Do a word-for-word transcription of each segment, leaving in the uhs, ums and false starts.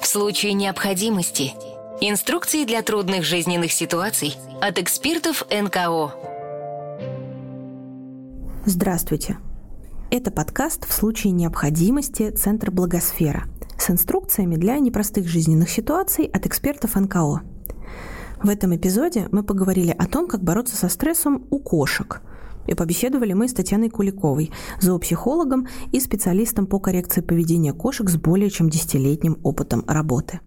случае необходимости. Инструкции для трудных жизненных ситуаций от экспертов эн ка о. Здравствуйте. Это подкаст «В случае необходимости» Центра Благосфера с инструкциями для непростых жизненных ситуаций от экспертов эн ка о. В этом эпизоде мы поговорили о том, как бороться со стрессом у кошек. И побеседовали мы с Татьяной Куликовой, зоопсихологом и специалистом по коррекции поведения кошек с более чем десятилетним опытом работы.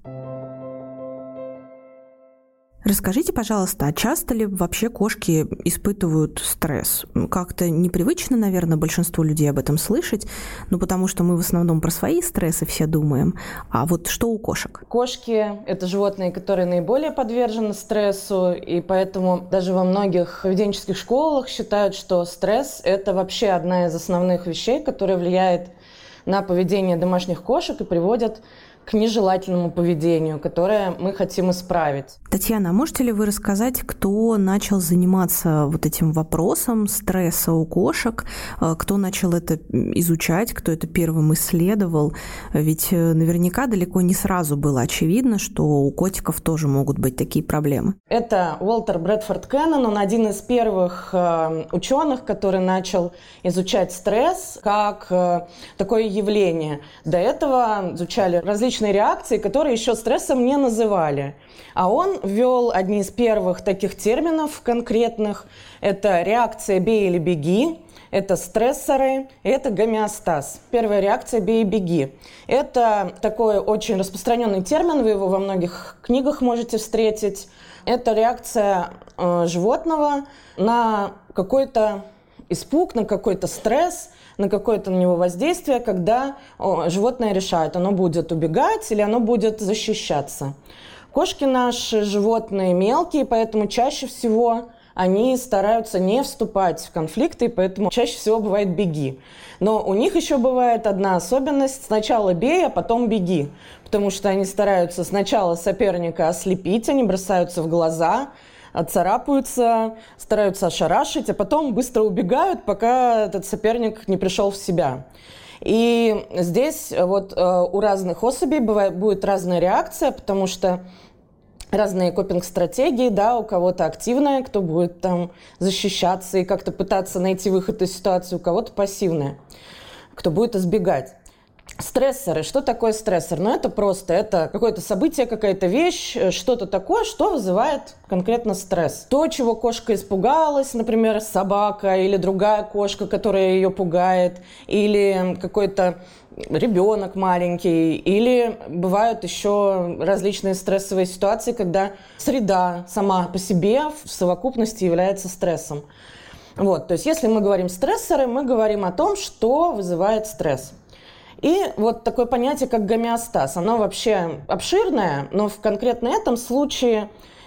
Расскажите, пожалуйста, а часто ли вообще кошки испытывают стресс? Как-то непривычно, наверное, большинству людей об этом слышать, ну потому что мы в основном про свои стрессы все думаем. А вот что у кошек? Кошки – это животные, которые наиболее подвержены стрессу, и поэтому даже во многих поведенческих школах считают, что стресс – это вообще одна из основных вещей, которая влияет на поведение домашних кошек и приводит к нежелательному поведению, которое мы хотим исправить. Татьяна, а можете ли вы рассказать, кто начал заниматься вот этим вопросом стресса у кошек, кто начал это изучать, кто это первым исследовал? Ведь наверняка далеко не сразу было очевидно, что у котиков тоже могут быть такие проблемы. Это Уолтер Брэдфорд Кеннон, он один из первых ученых, который начал изучать стресс как такое явление. До этого изучали различные реакции, которые еще стрессом не называли. А он ввел одни из первых таких терминов конкретных. Это реакция «бей или беги», это стрессоры, это гомеостаз. Первая реакция «бей и беги». Это такой очень распространенный термин, вы его во многих книгах можете встретить. Это реакция э, животного на какой-то испуг, на какой-то стресс, на какое-то на него воздействие, когда о, животное решает, оно будет убегать или оно будет защищаться. Кошки наши животные мелкие, поэтому чаще всего они стараются не вступать в конфликты, поэтому чаще всего бывает «беги». Но у них еще бывает одна особенность: сначала бей, а потом беги, потому что они стараются сначала соперника ослепить, они бросаются в глаза, отцарапаются, стараются ошарашить, а потом быстро убегают, пока этот соперник не пришел в себя. И здесь вот у разных особей бывает, будет разная реакция, потому что разные копинг-стратегии, да, у кого-то активная, кто будет там защищаться и как-то пытаться найти выход из ситуации, у кого-то пассивная, кто будет избегать. Стрессоры. Что такое стрессор? Ну, это просто, это какое-то событие, какая-то вещь, что-то такое, что вызывает конкретно стресс. То, чего кошка испугалась, например, собака или другая кошка, которая ее пугает, или какой-то ребенок маленький, или бывают еще различные стрессовые ситуации, когда среда сама по себе в совокупности является стрессом. Вот, то есть если мы говорим стрессоры, мы говорим о том, что вызывает стресс. И вот такое понятие, как гомеостаз, оно вообще обширное, но в конкретно этом случае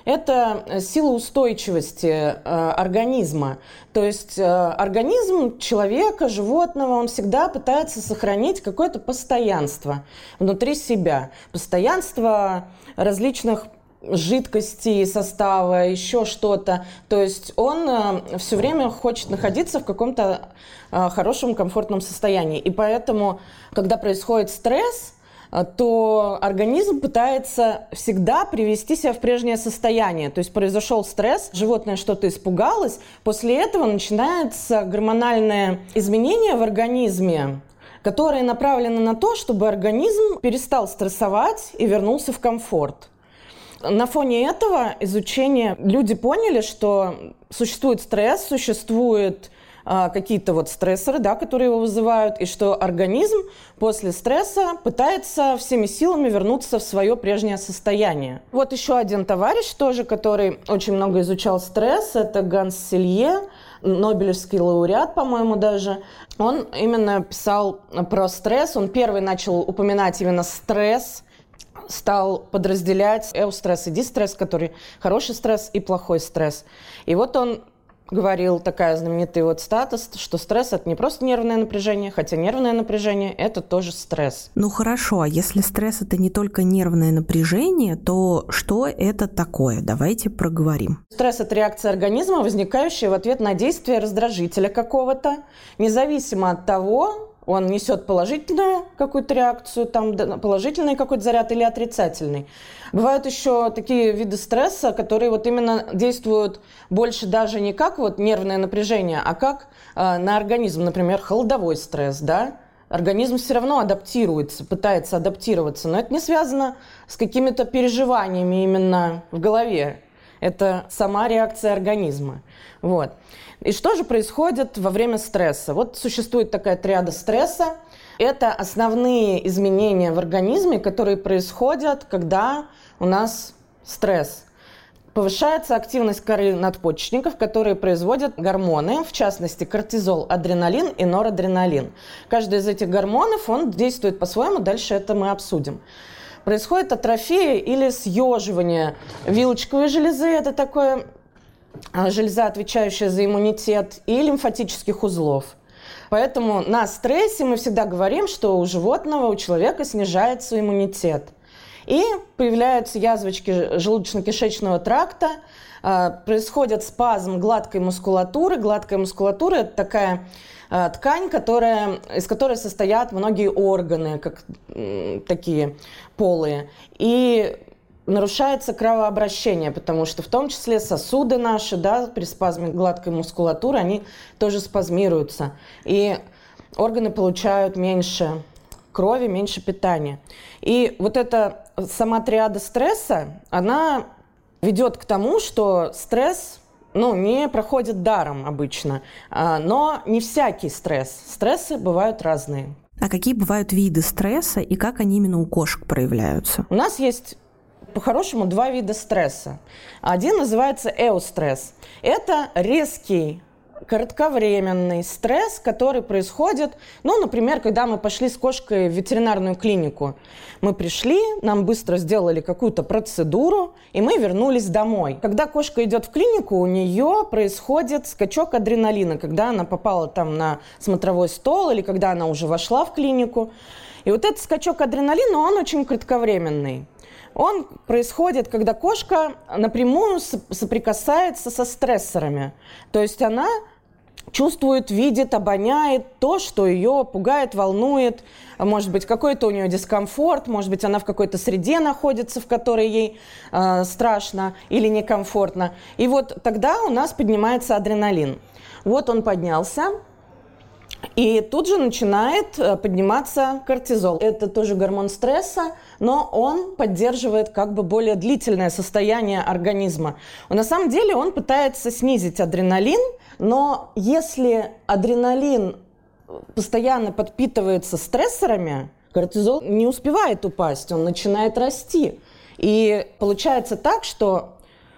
это сила устойчивости э, организма. То есть э, организм человека, животного, он всегда пытается сохранить какое-то постоянство внутри себя. Постоянство различных жидкости, состава, еще что-то. То есть он э, все время хочет находиться в каком-то э, хорошем, комфортном состоянии. И поэтому, когда происходит стресс, э, то организм пытается всегда привести себя в прежнее состояние. То есть произошел стресс, животное что-то испугалось, после этого начинается гормональное изменение в организме, которое направлено на то, чтобы организм перестал стрессовать и вернулся в комфорт. На фоне этого изучения люди поняли, что существует стресс, существуют а, какие-то вот стрессоры, да, которые его вызывают, и что организм после стресса пытается всеми силами вернуться в свое прежнее состояние. Вот еще один товарищ тоже, который очень много изучал стресс, это Ганс Селье, Нобелевский лауреат, по-моему, даже. Он именно писал про стресс, он первый начал упоминать именно стресс, стал подразделять эустресс и дистресс, который хороший стресс и плохой стресс. И вот он говорил, такая знаменитый вот статус, что стресс – это не просто нервное напряжение, хотя нервное напряжение – это тоже стресс. Ну хорошо, а если стресс – это не только нервное напряжение, то что это такое? Давайте проговорим. Стресс – это реакция организма, возникающая в ответ на действие раздражителя какого-то, независимо от того, Он несет положительную какую-то реакцию, там, положительный какой-то заряд или отрицательный. Бывают еще такие виды стресса, которые вот именно действуют больше даже не как вот нервное напряжение, а как э, на организм, например, холодовой стресс, да? Организм все равно адаптируется, пытается адаптироваться, но это не связано с какими-то переживаниями именно в голове. Это сама реакция организма. Вот. И что же происходит во время стресса? Вот существует такая триада стресса. Это основные изменения в организме, которые происходят, когда у нас стресс. Повышается активность коры надпочечников, которые производят гормоны, в частности, кортизол, адреналин и норадреналин. Каждый из этих гормонов, он действует по-своему, дальше это мы обсудим. Происходит атрофия или съеживание вилочковой железы, это такое железа, отвечающая за иммунитет, и лимфатических узлов. Поэтому на стрессе мы всегда говорим, что у животного, у человека снижается иммунитет. И появляются язвочки желудочно-кишечного тракта, происходит спазм гладкой мускулатуры. Гладкая мускулатура – это такая ткань, которая, из которой состоят многие органы, как такие полые. И нарушается кровообращение, потому что в том числе сосуды наши, да, при спазме гладкой мускулатуры, они тоже спазмируются. И органы получают меньше крови, меньше питания. И вот эта сама триада стресса, она ведет к тому, что стресс, ну, не проходит даром обычно, но не всякий стресс. Стрессы бывают разные. А какие бывают виды стресса и как они именно у кошек проявляются? У нас есть по-хорошему два вида стресса. Один называется эустресс. Это резкий, кратковременный стресс, который происходит, ну, например, когда мы пошли с кошкой в ветеринарную клинику. Мы пришли, нам быстро сделали какую-то процедуру, и мы вернулись домой. Когда кошка идет в клинику, у нее происходит скачок адреналина, когда она попала там на смотровой стол или когда она уже вошла в клинику. И вот этот скачок адреналина, он очень кратковременный. Он происходит, когда кошка напрямую соприкасается со стрессорами. То есть она чувствует, видит, обоняет то, что ее пугает, волнует. Может быть, какой-то у нее дискомфорт, может быть, она в какой-то среде находится, в которой ей э, страшно или некомфортно. И вот тогда у нас поднимается адреналин. Вот он поднялся. И тут же начинает подниматься кортизол. Это тоже гормон стресса, но он поддерживает как бы более длительное состояние организма. На самом деле он пытается снизить адреналин, но если адреналин постоянно подпитывается стрессорами, кортизол не успевает упасть, он начинает расти. И получается так, что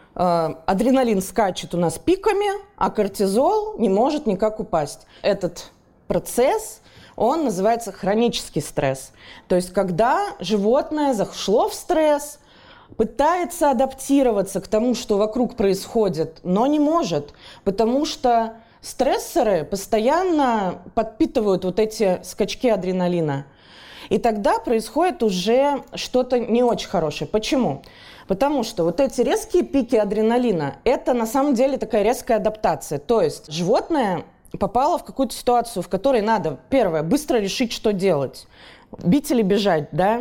э, адреналин скачет у нас пиками, а кортизол не может никак упасть. Этот процесс, он называется хронический стресс. То есть, когда животное зашло в стресс, пытается адаптироваться к тому, что вокруг происходит, но не может, потому что стрессоры постоянно подпитывают вот эти скачки адреналина. И тогда происходит уже что-то не очень хорошее. Почему? Потому что вот эти резкие пики адреналина – это на самом деле такая резкая адаптация. То есть животное попала в какую-то ситуацию, в которой надо, первое, быстро решить, что делать. Бить или бежать, да?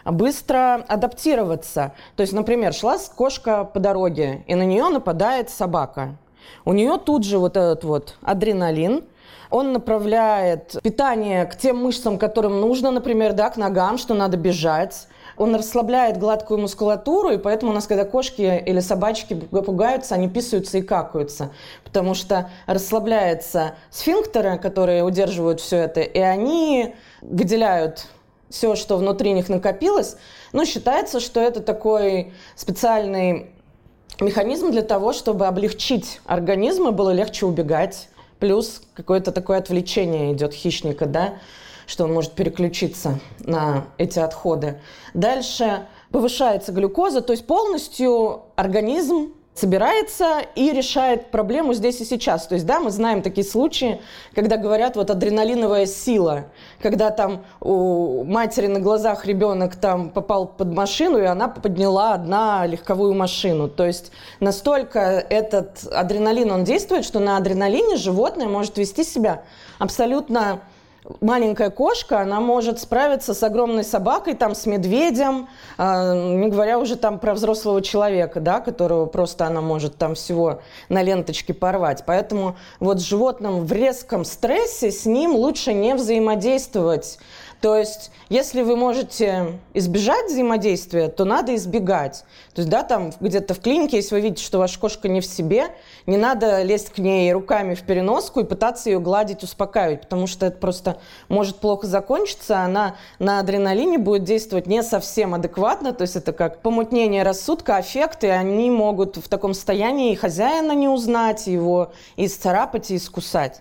Быстро адаптироваться. То есть, например, шла кошка по дороге, и на нее нападает собака. У нее тут же вот этот вот адреналин, он направляет питание к тем мышцам, которым нужно, например, да, к ногам, что надо бежать. Он расслабляет гладкую мускулатуру, и поэтому у нас, когда кошки или собачки пугаются, они писаются и какаются, потому что расслабляются сфинктеры, которые удерживают все это, и они выделяют все, что внутри них накопилось. Но считается, что это такой специальный механизм для того, чтобы облегчить организм, и было легче убегать. Плюс какое-то такое отвлечение идет хищника, да, что он может переключиться на эти отходы. Дальше повышается глюкоза, то есть полностью организм собирается и решает проблему здесь и сейчас. То есть, да, мы знаем такие случаи, когда говорят вот адреналиновая сила, когда там у матери на глазах ребенок там попал под машину, и она подняла одна легковую машину. То есть настолько этот адреналин, он действует, что на адреналине животное может вести себя абсолютно маленькая кошка, она может справиться с огромной собакой, там, с медведем, э, не говоря уже там про взрослого человека, да, которого просто она может там всего на ленточке порвать. Поэтому вот с животным в резком стрессе с ним лучше не взаимодействовать. То есть, если вы можете избежать взаимодействия, то надо избегать. То есть, да, там где-то в клинике, если вы видите, что ваша кошка не в себе, не надо лезть к ней руками в переноску и пытаться ее гладить, успокаивать, потому что это просто может плохо закончиться, она на адреналине будет действовать не совсем адекватно, то есть это как помутнение рассудка, аффекты, они могут в таком состоянии и хозяина не узнать, его и исцарапать, и искусать.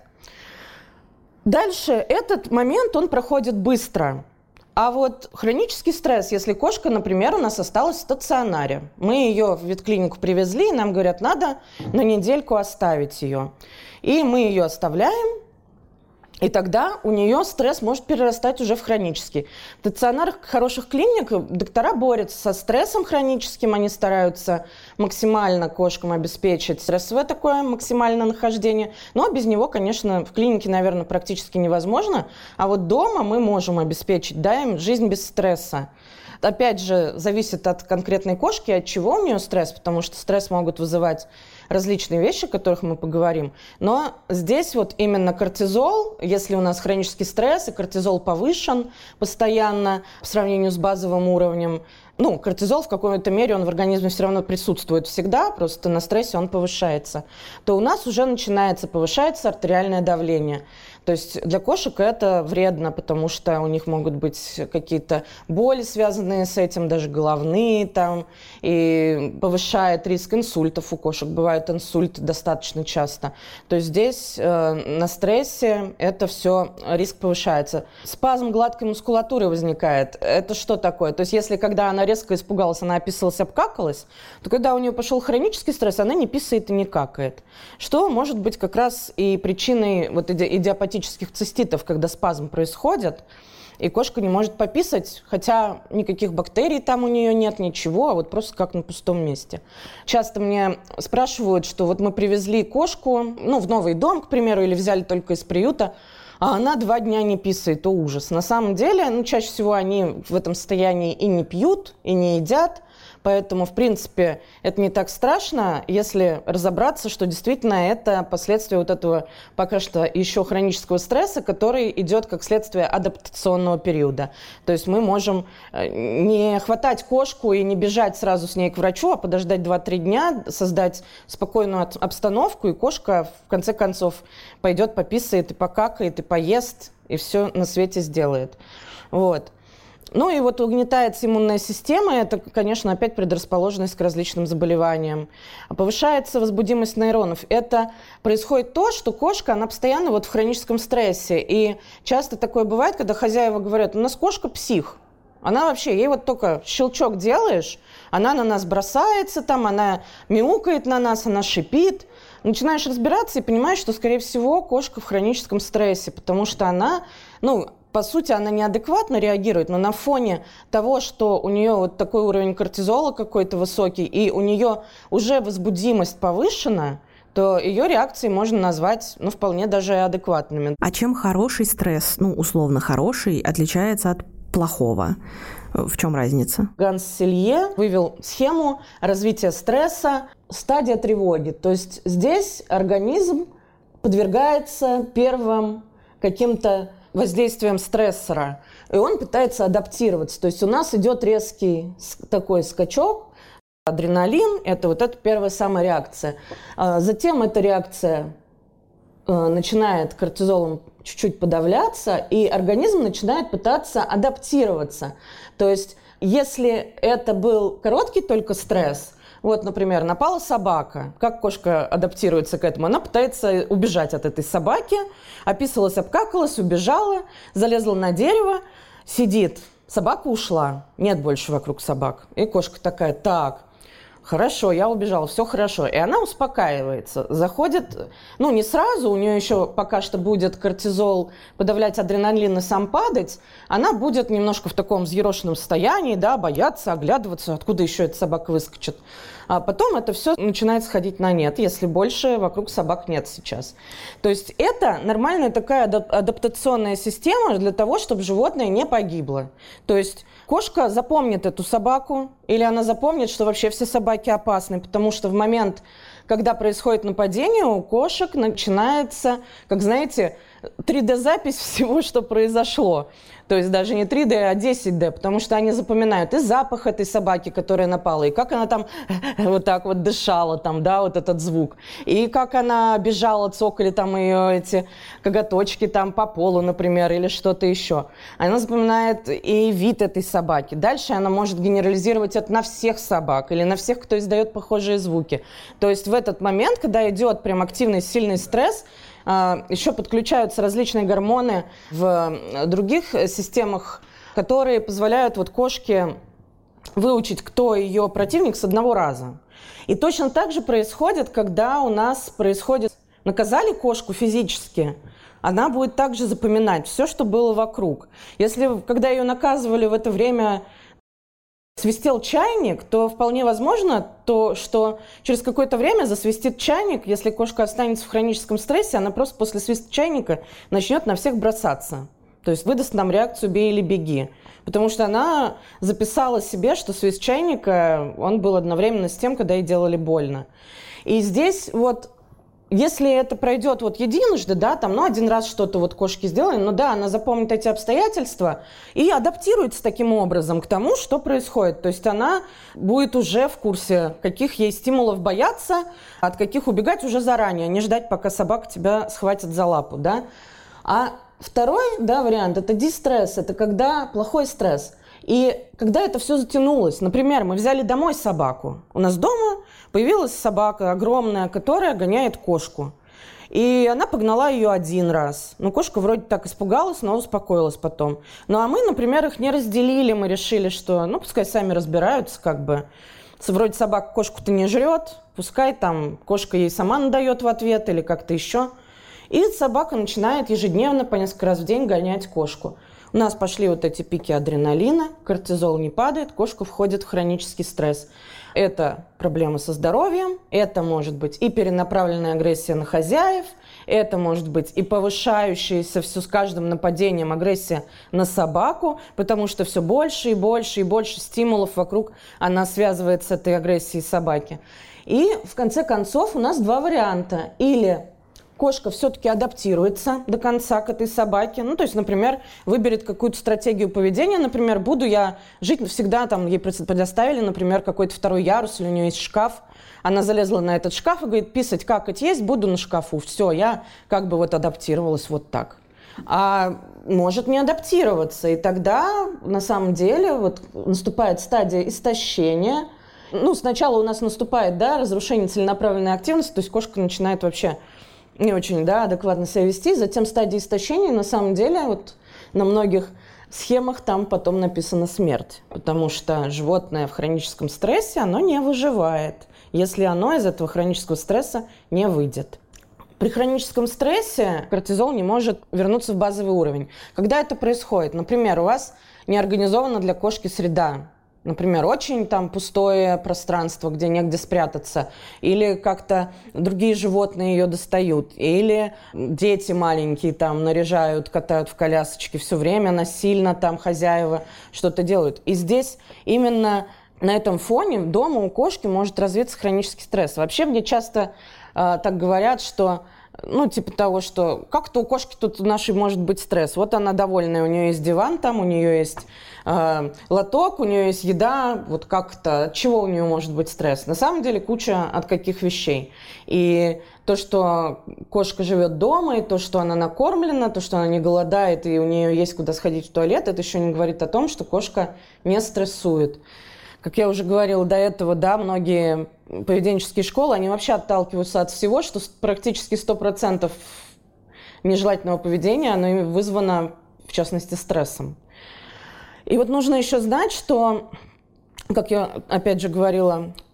Дальше этот момент, он проходит быстро. А вот хронический стресс, если кошка, например, у нас осталась в стационаре, мы ее в ветклинику привезли, и нам говорят, надо на недельку оставить ее. И мы ее оставляем, и тогда у нее стресс может перерастать уже в хронический. В стационарах хороших клиник доктора борются со стрессом хроническим, они стараются максимально кошкам обеспечить стрессовое такое максимальное нахождение, но без него, конечно, в клинике, наверное, практически невозможно, а вот дома мы можем обеспечить, да, им жизнь без стресса. Опять же, зависит от конкретной кошки, от чего у нее стресс, потому что стресс могут вызывать различные вещи, о которых мы поговорим. Но здесь вот именно кортизол, если у нас хронический стресс, и кортизол повышен постоянно по сравнению с базовым уровнем, ну, кортизол в какой-то мере, он в организме все равно присутствует всегда, просто на стрессе он повышается, то у нас уже начинается, повышается артериальное давление. То есть для кошек это вредно, потому что у них могут быть какие-то боли, связанные с этим, даже головные там, и повышает риск инсультов у кошек. Бывают инсульты достаточно часто. То есть здесь э, на стрессе это все, риск повышается. Спазм гладкой мускулатуры возникает. Это что такое? То есть если когда она резко испугалась, она описалась, обкакалась, то когда у нее пошел хронический стресс, она не писает и не какает. Что может быть как раз и причиной вот идиопатии циститов, когда спазм происходит, и кошка не может пописать, хотя никаких бактерий там у нее нет, ничего, а вот просто как на пустом месте. Часто мне спрашивают, что вот мы привезли кошку, ну, в новый дом, к примеру, или взяли только из приюта, а она два дня не писает, то ужас. На самом деле, ну, чаще всего они в этом состоянии и не пьют, и не едят, поэтому, в принципе, это не так страшно, если разобраться, что действительно это последствия вот этого пока что еще хронического стресса, который идет как следствие адаптационного периода. То есть мы можем не хватать кошку и не бежать сразу с ней к врачу, а подождать два-три дня, создать спокойную обстановку, и кошка, в конце концов, пойдет, пописает и покакает, и поест, и все на свете сделает. Вот. Ну и вот угнетается иммунная система, это, конечно, опять предрасположенность к различным заболеваниям. Повышается возбудимость нейронов. Это происходит то, что кошка, она постоянно вот в хроническом стрессе. И часто такое бывает, когда хозяева говорят, у нас кошка псих. Она вообще, ей вот только щелчок делаешь, она на нас бросается, там, она мяукает на нас, она шипит. Начинаешь разбираться и понимаешь, что, скорее всего, кошка в хроническом стрессе, потому что она, ну, по сути, она неадекватно реагирует, но на фоне того, что у нее вот такой уровень кортизола какой-то высокий, и у нее уже возбудимость повышена, то ее реакции можно назвать, ну, вполне даже адекватными. А чем хороший стресс, ну, условно хороший, отличается от плохого? В чем разница? Ганс Селье вывел схему развития стресса, стадия тревоги. То есть здесь организм подвергается первым каким-то воздействием стрессора, и он пытается адаптироваться. То есть у нас идет резкий такой скачок, адреналин – это вот эта первая самая реакция. Затем эта реакция начинает кортизолом чуть-чуть подавляться, и организм начинает пытаться адаптироваться. То есть если это был короткий только стресс, вот, например, напала собака. Как кошка адаптируется к этому? Она пытается убежать от этой собаки, описалась, обкакалась, убежала, залезла на дерево, сидит. Собака ушла, нет больше вокруг собак. И кошка такая, так, Хорошо, я убежала, все хорошо. И она успокаивается, заходит, ну, не сразу, у нее еще пока что будет кортизол подавлять, адреналин и сам падать, она будет немножко в таком взъерошенном состоянии, да, бояться, оглядываться, откуда еще эта собака выскочит. А потом это все начинает сходить на нет, если больше вокруг собак нет сейчас. То есть это нормальная такая адаптационная система для того, чтобы животное не погибло. То есть кошка запомнит эту собаку, или она запомнит, что вообще все собаки опасны, потому что в момент, когда происходит нападение, у кошек начинается, как знаете, три дэ-запись всего, что произошло. То есть даже не три дэ, а десять дэ, потому что они запоминают и запах этой собаки, которая напала, и как она там вот так вот дышала, там, да, вот этот звук, и как она бежала, цокали там ее эти коготочки там по полу, например, или что-то еще. Она запоминает и вид этой собаки. Дальше она может генерализировать это на всех собак или на всех, кто издает похожие звуки. То есть в этот момент, когда идет прям активный, сильный стресс, еще подключаются различные гормоны в других системах, которые позволяют вот кошке выучить, кто ее противник с одного раза. И точно так же происходит, когда у нас происходит... Наказали кошку физически, она будет также запоминать все, что было вокруг. Если, когда ее наказывали в это время... свистел чайник, то вполне возможно, то, что через какое-то время засвистит чайник. Если кошка останется в хроническом стрессе, она просто после свиста чайника начнет на всех бросаться. То есть выдаст нам реакцию «бей или беги». Потому что она записала себе, что свист чайника, он был одновременно с тем, когда ей делали больно. И здесь вот... Если это пройдет вот единожды, да, там, ну, один раз что-то вот кошки сделали, ну, да, она запомнит эти обстоятельства и адаптируется таким образом к тому, что происходит. То есть она будет уже в курсе, каких ей стимулов бояться, от каких убегать уже заранее, не ждать, пока собака тебя схватит за лапу, да. А второй, да, вариант – это дистресс, это когда плохой стресс. И когда это все затянулось, например, мы взяли домой собаку. У нас дома появилась собака огромная, которая гоняет кошку. И она погнала ее один раз. Ну, кошка вроде так испугалась, но успокоилась потом. Ну, а мы, например, их не разделили. Мы решили, что, ну, пускай сами разбираются, как бы. Вроде собака кошку-то не жрет, пускай там кошка ей сама надает в ответ или как-то еще. И собака начинает ежедневно по несколько раз в день гонять кошку. У нас пошли вот эти пики адреналина, кортизол не падает, кошка входит в хронический стресс. Это проблемы со здоровьем, это может быть и перенаправленная агрессия на хозяев, это может быть и повышающаяся все с каждым нападением агрессия на собаку, потому что все больше и больше и больше стимулов вокруг она связывает с этой агрессией собаки. И в конце концов у нас два варианта. Или кошка все-таки адаптируется до конца к этой собаке. Ну, то есть, например, выберет какую-то стратегию поведения. Например, буду я жить всегда, там, ей предоставили, например, какой-то второй ярус, или у нее есть шкаф. Она залезла на этот шкаф и говорит, писать, какать есть, буду на шкафу. Все, я как бы вот адаптировалась вот так. А может не адаптироваться. И тогда, на самом деле, вот наступает стадия истощения. Ну, сначала у нас наступает, да, разрушение целенаправленной активности, то есть кошка начинает вообще не очень, да, адекватно себя вести. Затем стадия истощения, на самом деле, вот на многих схемах там потом написана смерть, потому что животное в хроническом стрессе, оно не выживает, если оно из этого хронического стресса не выйдет. При хроническом стрессе кортизол не может вернуться в базовый уровень. Когда это происходит? Например, у вас не организована для кошки среда. Например, очень там пустое пространство, где негде спрятаться, или как-то другие животные ее достают, или дети маленькие там наряжают, катают в колясочке все время, насильно там хозяева что-то делают. И здесь именно на этом фоне дома у кошки может развиться хронический стресс. Вообще мне часто э, так говорят, что ну, типа того, что как-то у кошки тут нашей может быть стресс. Вот она довольная, у нее есть диван там, у нее есть э, лоток, у нее есть еда, вот как-то, от чего у нее может быть стресс? На самом деле куча от каких вещей. И то, что кошка живет дома, и то, что она накормлена, то, что она не голодает, и у нее есть куда сходить в туалет, это еще не говорит о том, что кошка не стрессует. Как я уже говорила до этого, да, многие поведенческие школы, они вообще отталкиваются от всего, что практически сто процентов нежелательного поведения, оно вызвано, в частности, стрессом. И вот нужно еще знать, что, как я опять же говорила,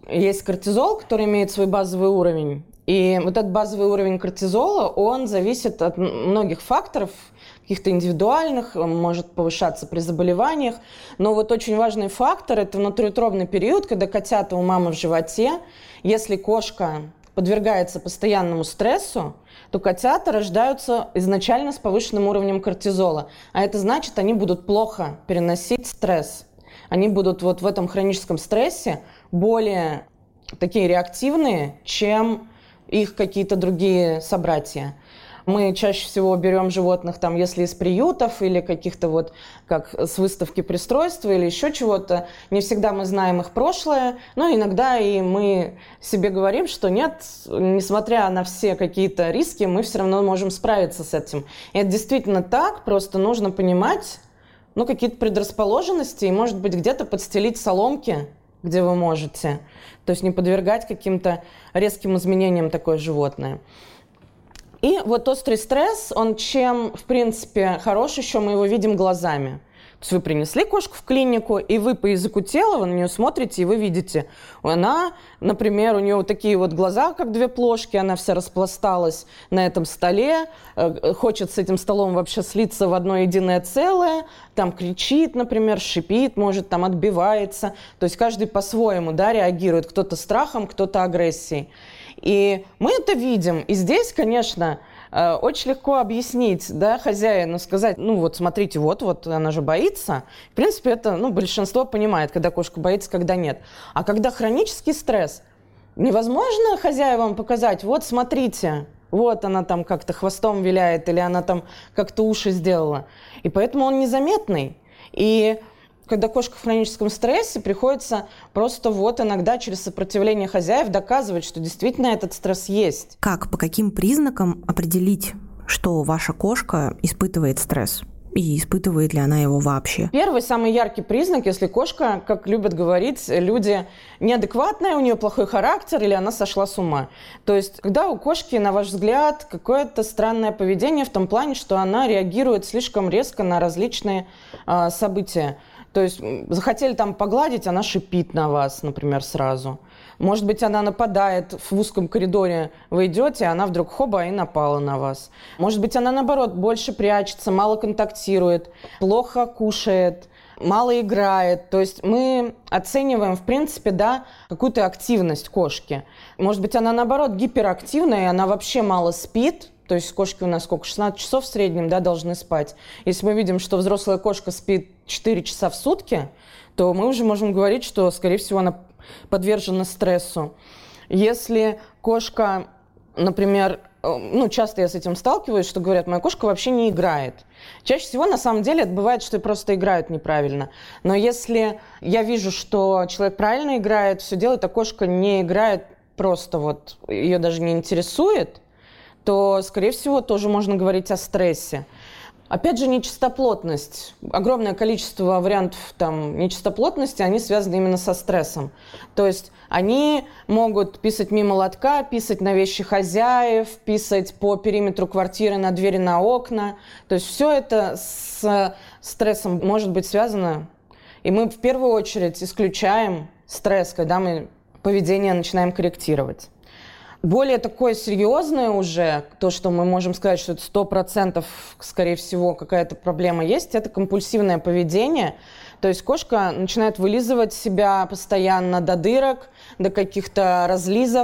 есть кортизол, который имеет свой базовый уровень. И вот этот базовый уровень кортизола, он зависит от многих факторов, каких-то индивидуальных, может повышаться при заболеваниях. Но вот очень важный фактор – это внутриутробный период, когда котята у мамы в животе. Если кошка подвергается постоянному стрессу, то котята рождаются изначально с повышенным уровнем кортизола. А это значит, они будут плохо переносить стресс. Они будут вот в этом хроническом стрессе более такие реактивные, чем их какие-то другие собратья. Мы чаще всего берем животных, там, если из приютов или каких-то вот, как с выставки пристройства или еще чего-то. Не всегда мы знаем их прошлое, но иногда и мы себе говорим, что нет, несмотря на все какие-то риски, мы все равно можем справиться с этим. И это действительно так, просто нужно понимать, ну, какие-то предрасположенности и, может быть, где-то подстелить соломки, где вы можете. То есть не подвергать каким-то резким изменениям такое животное. И вот острый стресс, он чем, в принципе, хорош еще, мы его видим глазами. То есть вы принесли кошку в клинику, и вы по языку тела, вы на нее смотрите, и вы видите. Она, например, у нее вот такие вот глаза, как две плошки, она вся распласталась на этом столе, хочет с этим столом вообще слиться в одно единое целое, там кричит, например, шипит, может, там отбивается. То есть каждый по-своему, да, реагирует, кто-то страхом, кто-то агрессией. И мы это видим. И здесь, конечно, очень легко объяснить, да, хозяину, сказать, ну вот смотрите, вот-вот она же боится. В принципе, это, ну, большинство понимает, когда кошка боится, когда нет. А когда хронический стресс, невозможно хозяевам показать, вот смотрите, вот она там как-то хвостом виляет или она там как-то уши сделала. И поэтому он незаметный. И когда кошка в хроническом стрессе, приходится просто вот иногда через сопротивление хозяев доказывать, что действительно этот стресс есть. Как, по каким признакам определить, что ваша кошка испытывает стресс? И испытывает ли она его вообще? Первый, самый яркий признак, если кошка, как любят говорить люди, неадекватная, у нее плохой характер или она сошла с ума. То есть, когда у кошки, на ваш взгляд, какое-то странное поведение в том плане, что она реагирует слишком резко на различные э, события. То есть захотели там погладить, она шипит на вас, например, сразу. Может быть, она нападает в узком коридоре, вы идете, она вдруг хоба и напала на вас. Может быть, она, наоборот, больше прячется, мало контактирует, плохо кушает, мало играет. То есть мы оцениваем, в принципе, да, какую-то активность кошки. Может быть, она, наоборот, гиперактивная, и она вообще мало спит. То есть кошки у нас сколько? шестнадцать часов в среднем, да, должны спать. Если мы видим, что взрослая кошка спит четыре часа в сутки, то мы уже можем говорить, что, скорее всего, она подвержена стрессу. Если кошка, например, ну, часто я с этим сталкиваюсь, что говорят, моя кошка вообще не играет. Чаще всего, на самом деле, это бывает, что просто играют неправильно. Но если я вижу, что человек правильно играет, все делает, а кошка не играет, просто вот ее даже не интересует, то, скорее всего, тоже можно говорить о стрессе. Опять же, нечистоплотность. Огромное количество вариантов там, нечистоплотности, они связаны именно со стрессом. То есть они могут писать мимо лотка, писать на вещи хозяев, писать по периметру квартиры, на двери, на окна. То есть все это с стрессом может быть связано. И мы в первую очередь исключаем стресс, когда мы поведение начинаем корректировать. Более такое серьезное уже, то, что мы можем сказать, что это сто процентов, скорее всего, какая-то проблема есть, это компульсивное поведение. То есть кошка начинает вылизывать себя постоянно до дырок, до каких-то разлизов.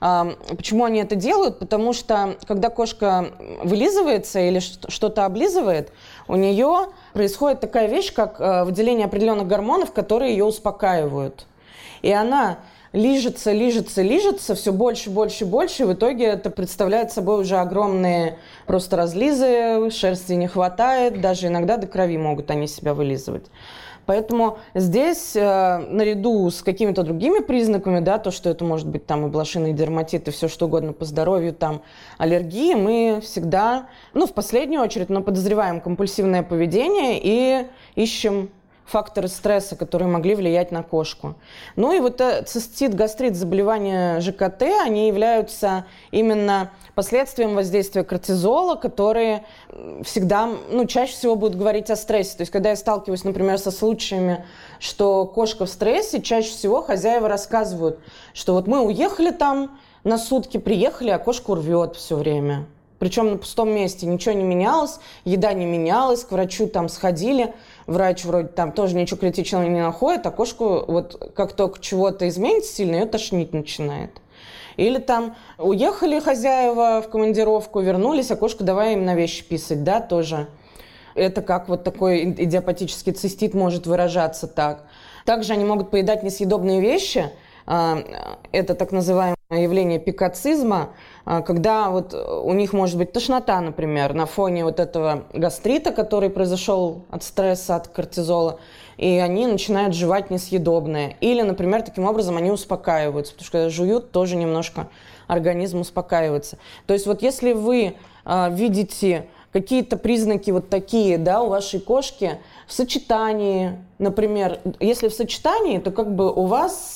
Почему они это делают? Потому что, когда кошка вылизывается или что-то облизывает, у нее происходит такая вещь, как выделение определенных гормонов, которые ее успокаивают. И она лижется, лижется, лижется, все больше, больше, больше, и в итоге это представляет собой уже огромные просто разлизы, шерсти не хватает, даже иногда до крови могут они себя вылизывать. Поэтому здесь, э, наряду с какими-то другими признаками, да, то, что это может быть там и блошиный дерматит, и все что угодно по здоровью, там аллергии, мы всегда, ну, в последнюю очередь, но подозреваем компульсивное поведение и ищем факторы стресса, которые могли влиять на кошку. Ну и вот цистит, гастрит, заболевания ЖКТ, они являются именно последствием воздействия кортизола, которые всегда, ну, чаще всего будут говорить о стрессе. То есть, когда я сталкиваюсь, например, со случаями, что кошка в стрессе, чаще всего хозяева рассказывают, что вот мы уехали там на сутки, приехали, а кошку рвет все время. Причем на пустом месте ничего не менялось, еда не менялась, к врачу там сходили, врач вроде там тоже ничего критичного не находит, а кошку вот как только чего-то изменится сильно, ее тошнить начинает. Или там уехали хозяева в командировку, вернулись, а кошка давай им на вещи писать, да, тоже. Это как вот такой идиопатический цистит может выражаться так. Также они могут поедать несъедобные вещи. Это так называемое явление пикоцизма, когда вот у них может быть тошнота, например, на фоне вот этого гастрита, который произошел от стресса, от кортизола, и они начинают жевать несъедобное. Или, например, таким образом они успокаиваются, потому что когда жуют, тоже немножко организм успокаивается. То есть вот если вы видите какие-то признаки вот такие, да, у вашей кошки в сочетании, например, если в сочетании, то как бы у вас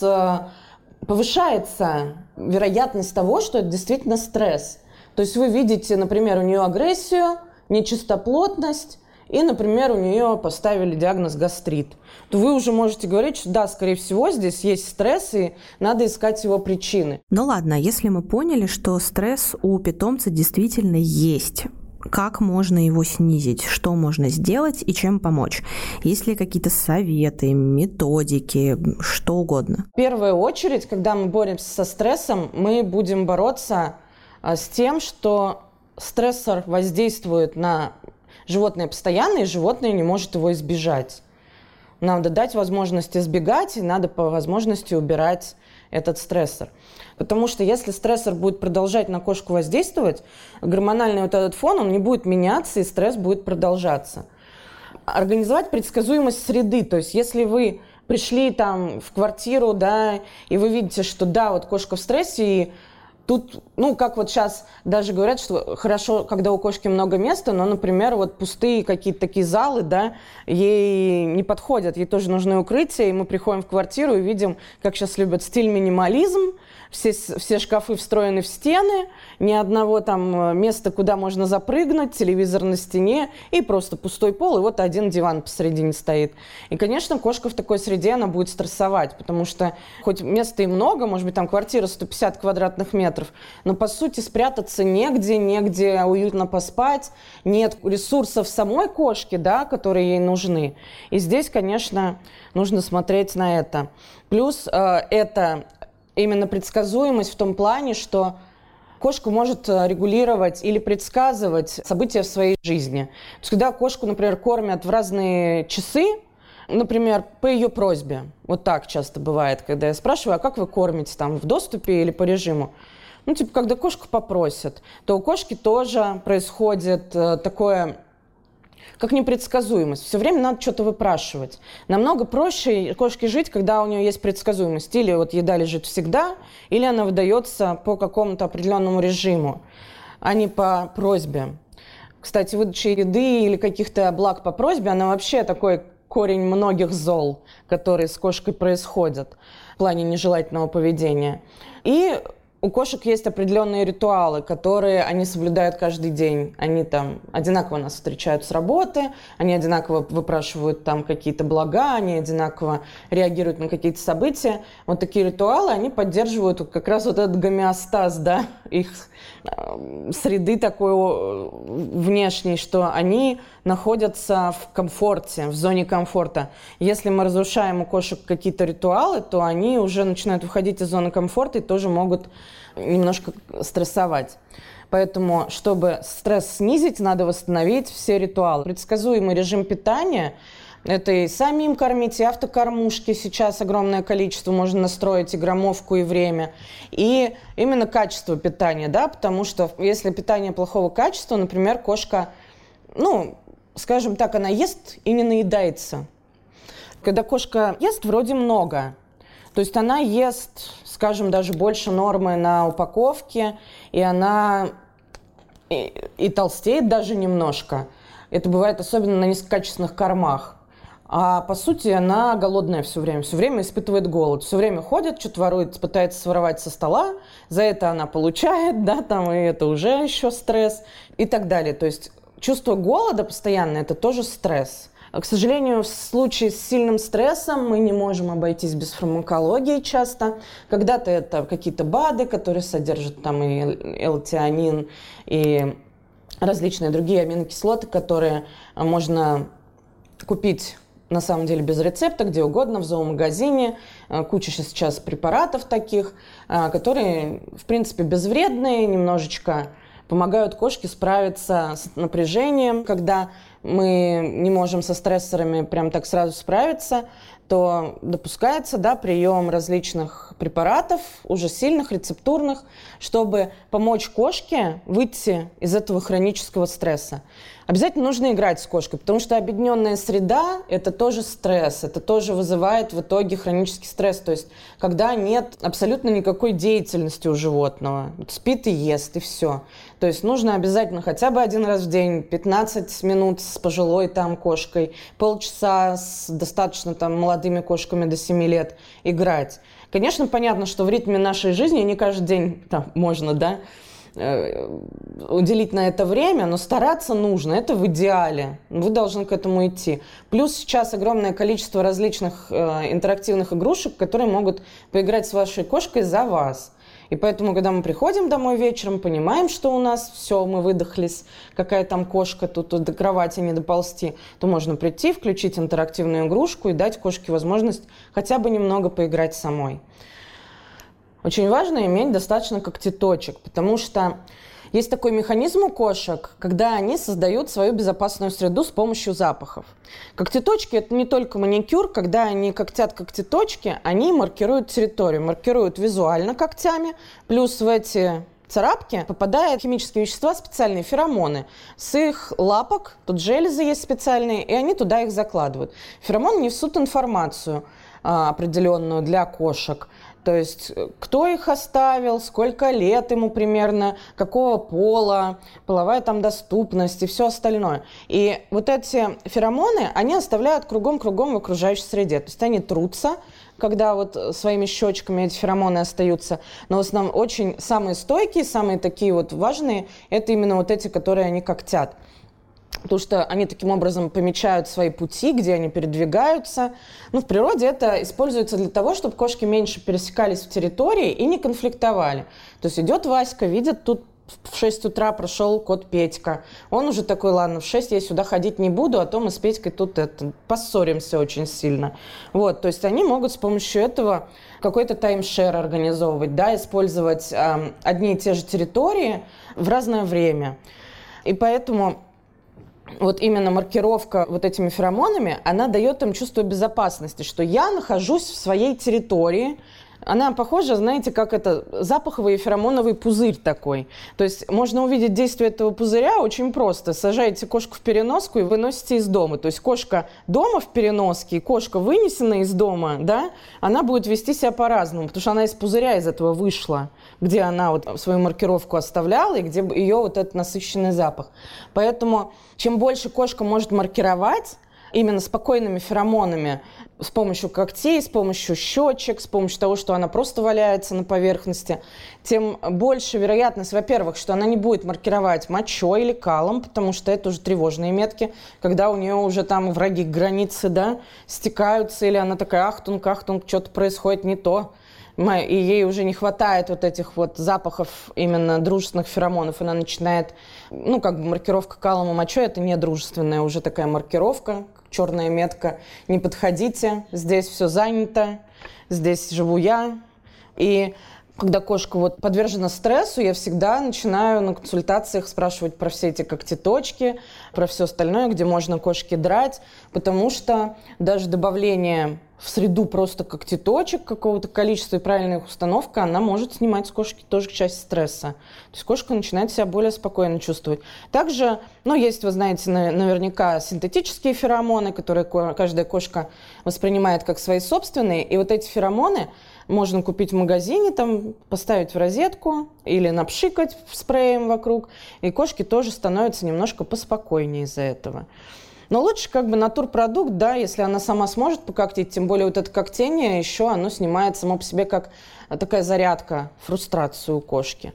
повышается вероятность того, что это действительно стресс. То есть вы видите, например, у нее агрессию, нечистоплотность, и, например, у нее поставили диагноз гастрит, то вы уже можете говорить, что да, скорее всего, здесь есть стресс, и надо искать его причины. Ну ладно, если мы поняли, что стресс у питомца действительно есть, как можно его снизить, что можно сделать и чем помочь? Есть ли какие-то советы, методики, что угодно? В первую очередь, когда мы боремся со стрессом, мы будем бороться с тем, что стрессор воздействует на животное постоянно, и животное не может его избежать. Надо дать возможность избегать, и надо по возможности убирать этот стрессор. Потому что если стрессор будет продолжать на кошку воздействовать, гормональный вот этот фон, он не будет меняться, и стресс будет продолжаться. Организовать предсказуемость среды. То есть если вы пришли там в квартиру, да, и вы видите, что да, вот кошка в стрессе, и тут, ну, как вот сейчас даже говорят, что хорошо, когда у кошки много места, но, например, вот пустые какие-то такие залы, да, ей не подходят, ей тоже нужны укрытия, и мы приходим в квартиру и видим, как сейчас любят стиль минимализм, все, все шкафы встроены в стены, ни одного там места, куда можно запрыгнуть, телевизор на стене, и просто пустой пол, и вот один диван посередине стоит. И, конечно, кошка в такой среде, она будет стрессовать, потому что хоть места и много, может быть, там квартира сто пятьдесят квадратных метров, но, по сути, спрятаться негде, негде уютно поспать, нет ресурсов самой кошки, да, которые ей нужны. И здесь, конечно, нужно смотреть на это. Плюс э, это именно предсказуемость в том плане, что кошка может регулировать или предсказывать события в своей жизни. То есть, когда кошку, например, кормят в разные часы, например, по ее просьбе, вот так часто бывает, когда я спрашиваю, а как вы кормите, там, в доступе или по режиму? Ну, типа, когда кошку попросят, то у кошки тоже происходит э, такое, как непредсказуемость. Все время надо что-то выпрашивать. Намного проще кошке жить, когда у нее есть предсказуемость. Или вот еда лежит всегда, или она выдается по какому-то определенному режиму, а не по просьбе. Кстати, выдача еды или каких-то благ по просьбе, она вообще такой корень многих зол, которые с кошкой происходят в плане нежелательного поведения. И у кошек есть определенные ритуалы, которые они соблюдают каждый день. Они там одинаково нас встречают с работы, они одинаково выпрашивают там какие-то блага, они одинаково реагируют на какие-то события. Вот такие ритуалы, они поддерживают как раз вот этот гомеостаз, да, их среды такой внешней, что они находятся в комфорте, в зоне комфорта. Если мы разрушаем у кошек какие-то ритуалы, то они уже начинают выходить из зоны комфорта и тоже могут немножко стрессовать. Поэтому, чтобы стресс снизить, надо восстановить все ритуалы. Предсказуемый режим питания – это и самим кормить, и автокормушки сейчас огромное количество, можно настроить и граммовку, и время. И именно качество питания, да, потому что если питание плохого качества, например, кошка, ну, скажем так, она ест и не наедается. Когда кошка ест, вроде много. То есть она ест, скажем, даже больше нормы на упаковке, и она и, и толстеет даже немножко. Это бывает особенно на низкокачественных кормах. А по сути она голодная все время, все время испытывает голод, все время ходит, что-то ворует, пытается своровать со стола, за это она получает, да, там, и это уже еще стресс и так далее. То есть чувство голода постоянно – это тоже стресс. К сожалению, в случае с сильным стрессом мы не можем обойтись без фармакологии часто. Когда-то это какие-то БАДы, которые содержат там и L-тианин, и различные другие аминокислоты, которые можно купить на самом деле без рецепта, где угодно, в зоомагазине. Куча сейчас препаратов таких, которые, в принципе, безвредные, немножечко помогают кошке справиться с напряжением. Когда мы не можем со стрессорами прям так сразу справиться, то допускается, да, прием различных препаратов, уже сильных, рецептурных, чтобы помочь кошке выйти из этого хронического стресса. Обязательно нужно играть с кошкой, потому что объединенная среда – это тоже стресс, это тоже вызывает в итоге хронический стресс. То есть, когда нет абсолютно никакой деятельности у животного, спит и ест, и все. То есть, нужно обязательно хотя бы один раз в день, пятнадцать минут с пожилой там кошкой, полчаса с достаточно там молодыми кошками до семи лет играть. Конечно, понятно, что в ритме нашей жизни не каждый день там можно, да, уделить на это время, но стараться нужно, это в идеале, вы должны к этому идти. Плюс сейчас огромное количество различных э, интерактивных игрушек, которые могут поиграть с вашей кошкой за вас. И поэтому, когда мы приходим домой вечером, понимаем, что у нас все, мы выдохлись, какая там кошка, тут, тут до кровати не доползти, то можно прийти, включить интерактивную игрушку и дать кошке возможность хотя бы немного поиграть самой. Очень важно иметь достаточно когтеточек, потому что есть такой механизм у кошек, когда они создают свою безопасную среду с помощью запахов. Когтеточки – это не только маникюр, когда они когтят когтеточки, они маркируют территорию, маркируют визуально когтями, плюс в эти царапки попадают химические вещества, специальные феромоны. С их лапок, тут железы есть специальные, и они туда их закладывают. Феромоны несут информацию а, определенную для кошек. То есть, кто их оставил, сколько лет ему примерно, какого пола, половая там доступность и все остальное. И вот эти феромоны, они оставляют кругом-кругом в окружающей среде. То есть они трутся, когда вот своими щечками эти феромоны остаются. Но в основном очень самые стойкие, самые такие вот важные, это именно вот эти, которые они когтят. Потому что они таким образом помечают свои пути, где они передвигаются. Ну, в природе это используется для того, чтобы кошки меньше пересекались в территории и не конфликтовали. То есть идет Васька, видит, тут в шесть утра прошел кот Петька. Он уже такой: ладно, в шесть я сюда ходить не буду, а то мы с Петькой тут это, поссоримся очень сильно. Вот, то есть они могут с помощью этого какой-то таймшер организовывать, да, использовать э, одни и те же территории в разное время. И поэтому вот именно маркировка вот этими феромонами, она дает им чувство безопасности, что я нахожусь в своей территории. Она похожа, знаете, как это запаховый феромоновый пузырь такой. То есть можно увидеть действие этого пузыря очень просто. Сажаете кошку в переноску и выносите из дома. То есть кошка дома в переноске и кошка, вынесенная из дома, да, она будет вести себя по-разному, потому что она из пузыря из этого вышла, где она вот свою маркировку оставляла и где ее вот этот насыщенный запах. Поэтому чем больше кошка может маркировать именно спокойными феромонами, с помощью когтей, с помощью щечек, с помощью того, что она просто валяется на поверхности, тем больше вероятность, во-первых, что она не будет маркировать мочой или калом, потому что это уже тревожные метки, когда у нее уже там враги границы, да, стекаются, или она такая: ахтунг, ахтунг, что-то происходит не то. И ей уже не хватает вот этих вот запахов именно дружественных феромонов. Она начинает, ну, как бы маркировка калом и мочой, это не дружественная уже такая маркировка, черная метка. Не подходите, здесь все занято, здесь живу я. И когда кошка вот подвержена стрессу, я всегда начинаю на консультациях спрашивать про все эти когтеточки, про все остальное, где можно кошке драть, потому что даже добавление в среду просто когтеточек какого-то количества и правильная их установка, она может снимать с кошки тоже часть стресса. То есть кошка начинает себя более спокойно чувствовать. Также, ну, есть, вы знаете, наверняка синтетические феромоны, которые каждая кошка воспринимает как свои собственные. И вот эти феромоны можно купить в магазине, там, поставить в розетку или напшикать спреем вокруг. И кошке тоже становится немножко поспокойнее из-за этого. Но лучше как бы натурпродукт, да, если она сама сможет пококтить, тем более вот это коктение еще, оно снимает само по себе как такая зарядка, фрустрацию у кошки.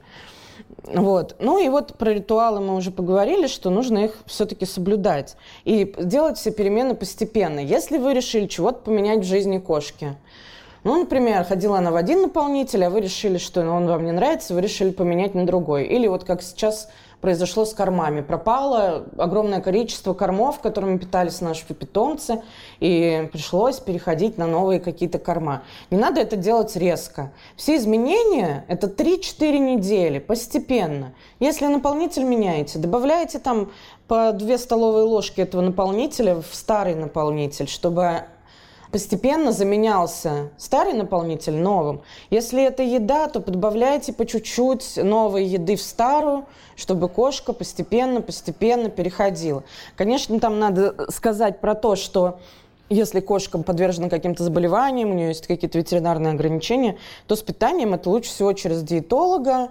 Вот. Ну и вот про ритуалы мы уже поговорили, что нужно их все-таки соблюдать и делать все перемены постепенно. Если вы решили чего-то поменять в жизни кошки, ну, например, ходила она в один наполнитель, а вы решили, что он вам не нравится, вы решили поменять на другой. Или вот как сейчас произошло с кормами. Пропало огромное количество кормов, которыми питались наши питомцы, и пришлось переходить на новые какие-то корма. Не надо это делать резко. Все изменения – это три-четыре недели, постепенно. Если наполнитель меняете, добавляете там по две столовые ложки этого наполнителя в старый наполнитель, чтобы постепенно заменялся старый наполнитель новым. Если это еда, то добавляйте по чуть-чуть новой еды в старую, чтобы кошка постепенно-постепенно переходила. Конечно, там надо сказать про то, что если кошка подвержена каким-то заболеваниям, у нее есть какие-то ветеринарные ограничения, то с питанием это лучше всего через диетолога.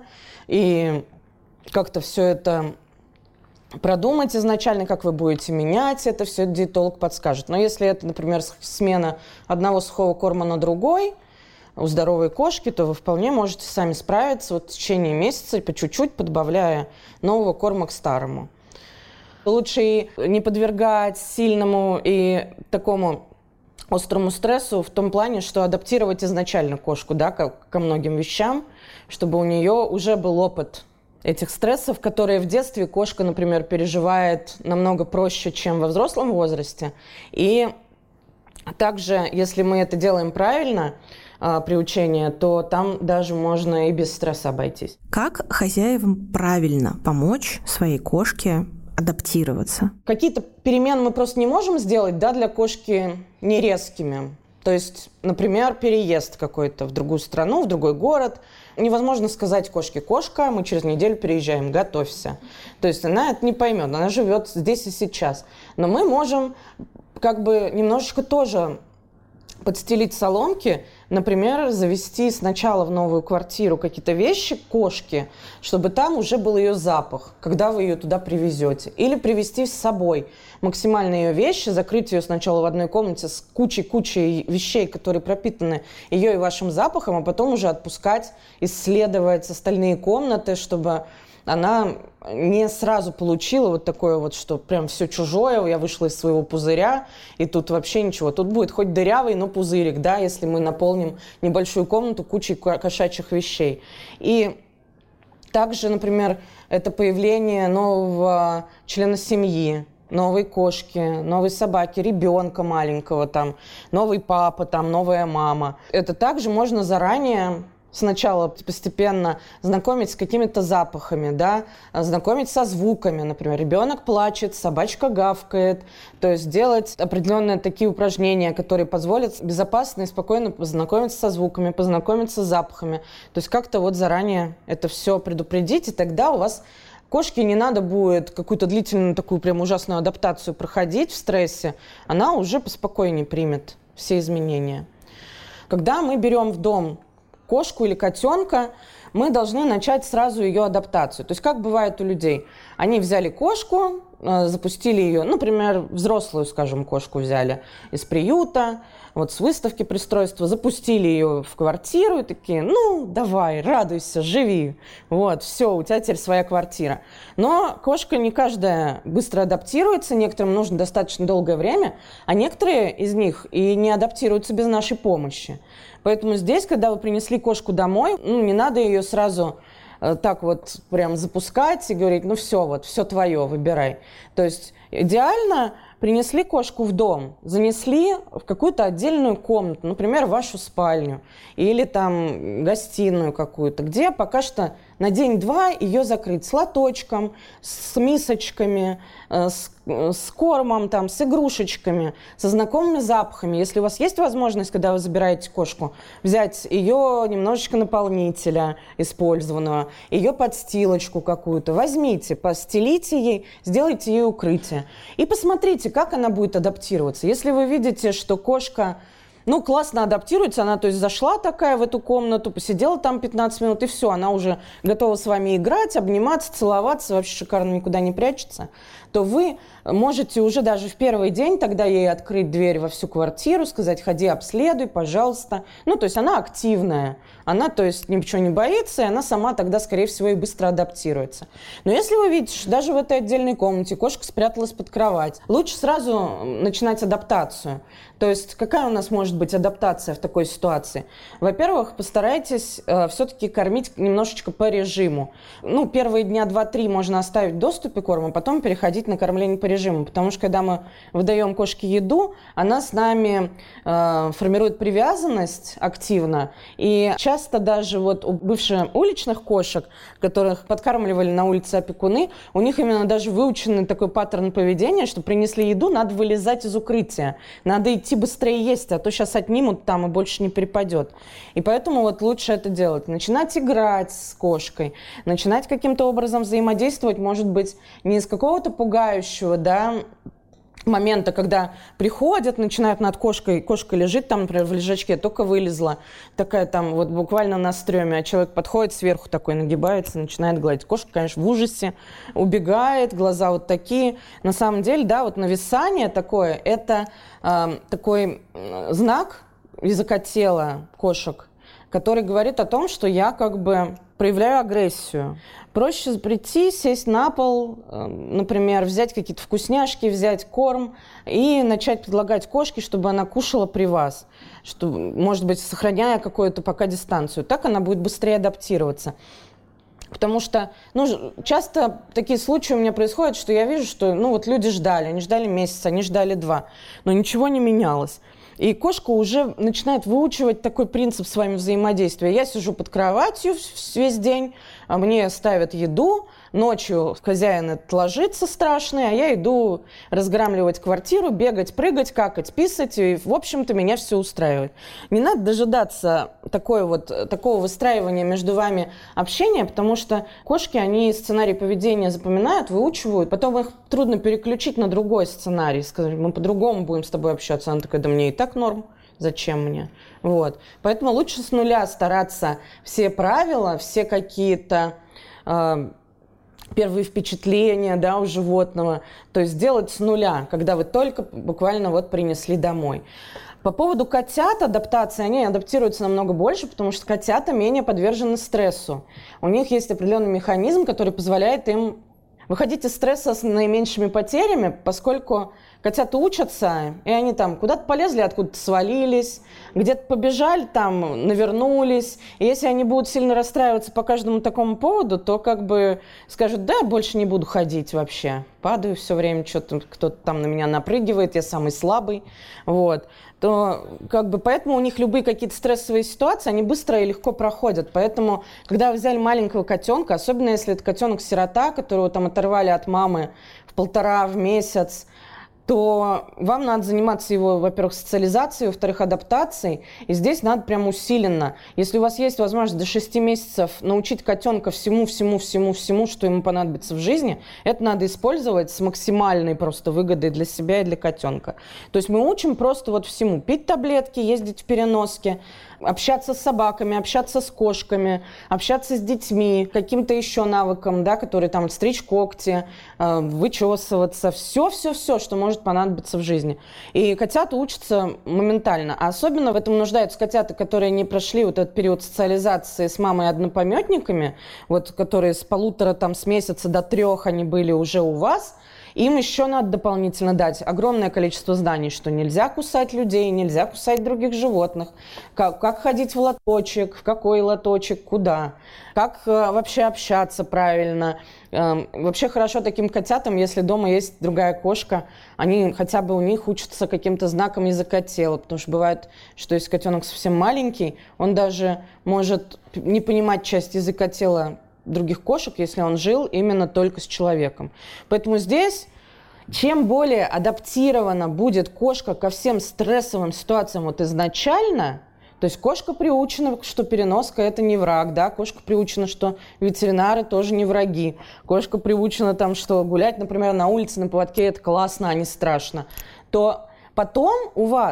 И как-то все это продумать изначально, как вы будете менять это, все это диетолог подскажет. Но если это, например, смена одного сухого корма на другой у здоровой кошки, то вы вполне можете сами справиться вот в течение месяца, по чуть-чуть подбавляя нового корма к старому. Лучше и не подвергать сильному и такому острому стрессу в том плане, что адаптировать изначально кошку, да, ко, ко многим вещам, чтобы у нее уже был опыт этих стрессов, которые в детстве кошка, например, переживает намного проще, чем во взрослом возрасте. И также, если мы это делаем правильно, приучение, то там даже можно и без стресса обойтись. Как хозяевам правильно помочь своей кошке адаптироваться? Какие-то перемены мы просто не можем сделать, да, для кошки не резкими. То есть, например, переезд какой-то в другую страну, в другой город. Невозможно сказать кошке: кошка, мы через неделю переезжаем, готовься. То есть она это не поймет, она живет здесь и сейчас. Но мы можем как бы немножечко тоже подстелить соломки, например, завести сначала в новую квартиру какие-то вещи кошки, чтобы там уже был ее запах, когда вы ее туда привезете. Или привезти с собой максимально ее вещи, закрыть ее сначала в одной комнате с кучей-кучей вещей, которые пропитаны ее и вашим запахом, а потом уже отпускать, исследовать остальные комнаты, чтобы она не сразу получила вот такое вот, что прям все чужое, я вышла из своего пузыря, и тут вообще ничего. Тут будет хоть дырявый, но пузырик, да, если мы наполним небольшую комнату кучей кошачьих вещей. И также, например, это появление нового члена семьи, новой кошки, новой собаки, ребенка маленького, там, новый папа, там, новая мама. Это также можно заранее сначала постепенно знакомить с какими-то запахами, да, знакомить со звуками. Например, ребенок плачет, собачка гавкает. То есть делать определенные такие упражнения, которые позволят безопасно и спокойно познакомиться со звуками, познакомиться с запахами. То есть как-то вот заранее это все предупредить, и тогда у вас кошке не надо будет какую-то длительную такую прям ужасную адаптацию проходить в стрессе. Она уже поспокойнее примет все изменения. Когда мы берем в дом кошку или котенка, мы должны начать сразу ее адаптацию. То есть как бывает у людей. Они взяли кошку, запустили ее, например, взрослую, скажем, кошку взяли из приюта, вот с выставки пристройства, запустили ее в квартиру и такие: ну, давай, радуйся, живи. Вот, все, у тебя теперь своя квартира. Но кошка не каждая быстро адаптируется, некоторым нужно достаточно долгое время, а некоторые из них и не адаптируются без нашей помощи. Поэтому здесь, когда вы принесли кошку домой, ну, не надо ее сразу э, так вот прям запускать и говорить: ну все, вот, все твое, выбирай. То есть идеально принесли кошку в дом, занесли в какую-то отдельную комнату, например, вашу спальню или там гостиную какую-то, где пока что на день-два ее закрыть с лоточком, с мисочками, с, с кормом, там, с игрушечками, со знакомыми запахами. Если у вас есть возможность, когда вы забираете кошку, взять ее немножечко наполнителя использованного, ее подстилочку какую-то, возьмите, постелите ей, сделайте ей укрытие и посмотрите, как она будет адаптироваться. Если вы видите, что кошка ну, классно адаптируется, она, то есть, зашла такая в эту комнату, посидела там пятнадцать минут, и все, она уже готова с вами играть, обниматься, целоваться, вообще шикарно, никуда не прячется, то вы можете уже даже в первый день тогда ей открыть дверь во всю квартиру, сказать, ходи, обследуй, пожалуйста. Ну, то есть она активная, она, то есть, ничего не боится, и она сама тогда, скорее всего, и быстро адаптируется. Но если вы видите, что даже в этой отдельной комнате кошка спряталась под кровать, лучше сразу начинать адаптацию. То есть какая у нас может быть адаптация в такой ситуации? Во-первых, постарайтесь э, все-таки кормить немножечко по режиму. Ну, первые дня два-три можно оставить в доступе корма, потом переходить на кормление по режиму. Потому что когда мы выдаем кошке еду, она с нами э, формирует привязанность активно. И часто даже вот у бывших уличных кошек, которых подкармливали на улице опекуны, у них именно даже выученный такой паттерн поведения, что принесли еду, надо вылезать из укрытия, надо идти быстрее есть, а то сейчас отнимут там и больше не перепадет. И поэтому вот лучше это делать. Начинать играть с кошкой, начинать каким-то образом взаимодействовать, может быть, не из какого-то пугающего, да, момента, когда приходят, начинают над кошкой, кошка лежит там, например, в лежачке, только вылезла, такая там вот буквально на стреме, а человек подходит сверху такой, нагибается, начинает гладить. Кошка, конечно, в ужасе, убегает, глаза вот такие. На самом деле, да, вот нависание такое, это э, такой знак языка тела кошек, который говорит о том, что я как бы проявляю агрессию. Проще прийти, сесть на пол, например, взять какие-то вкусняшки, взять корм и начать предлагать кошке, чтобы она кушала при вас, что, может быть, сохраняя какую-то пока дистанцию. Так она будет быстрее адаптироваться. Потому что ну, часто такие случаи у меня происходят, что я вижу, что ну, вот люди ждали, они ждали месяц, они ждали два, но ничего не менялось. И кошка уже начинает выучивать такой принцип с вами взаимодействия. Я сижу под кроватью весь день, а мне ставят еду, ночью хозяин этот ложится страшный, а я иду разграмливать квартиру, бегать, прыгать, какать, писать, и, в общем-то, меня все устраивает. Не надо дожидаться такой вот, такого выстраивания между вами общения, потому что кошки, они сценарий поведения запоминают, выучивают, потом их трудно переключить на другой сценарий, сказать, мы по-другому будем с тобой общаться. Она такая, да мне и так норм. Зачем мне? Вот. Поэтому лучше с нуля стараться все правила, все какие-то э, первые впечатления, да, у животного, то есть делать с нуля, когда вы только буквально вот принесли домой. По поводу котят, адаптации, они адаптируются намного больше, потому что котята менее подвержены стрессу. У них есть определенный механизм, который позволяет им выходить из стресса с наименьшими потерями, поскольку котята учатся, и они там куда-то полезли, откуда-то свалились, где-то побежали, там навернулись. И если они будут сильно расстраиваться по каждому такому поводу, то как бы скажут, да, я больше не буду ходить вообще. Падаю все время, что-то кто-то там на меня напрыгивает, я самый слабый. Вот. То как бы поэтому у них любые какие-то стрессовые ситуации, они быстро и легко проходят. Поэтому, когда вы взяли маленького котенка, особенно если это котенок-сирота, которого там оторвали от мамы в полтора, в месяц, то вам надо заниматься его, во-первых, социализацией, во-вторых, адаптацией. И здесь надо прям усиленно. Если у вас есть возможность до шести месяцев научить котенка всему, всему, всему, всему, что ему понадобится в жизни, это надо использовать с максимальной просто выгодой для себя и для котенка. То есть мы учим просто вот всему. Пить таблетки, ездить в переноске, общаться с собаками, общаться с кошками, общаться с детьми, каким-то еще навыкам, да, которые там стричь когти, э, вычесываться, все-все-все, что может понадобиться в жизни. И котята учатся моментально. А особенно в этом нуждаются котята, которые не прошли вот этот период социализации с мамой-однопомётниками, вот, которые с полутора, там, с месяца до трех они были уже у вас. Им еще надо дополнительно дать огромное количество знаний, что нельзя кусать людей, нельзя кусать других животных, как, как ходить в лоточек, в какой лоточек, куда, как э, вообще общаться правильно. Э, вообще хорошо таким котятам, если дома есть другая кошка, они хотя бы у них учатся каким-то знаком языка тела, потому что бывает, что если котенок совсем маленький, он даже может не понимать часть языка тела других кошек, если он жил именно только с человеком. Поэтому здесь, чем более адаптирована будет кошка ко всем стрессовым ситуациям вот изначально, то есть кошка приучена, что переноска – это не враг, да, кошка приучена, что ветеринары тоже не враги, кошка приучена, там, что гулять, например, на улице на поводке – это классно, а не страшно, то потом у вас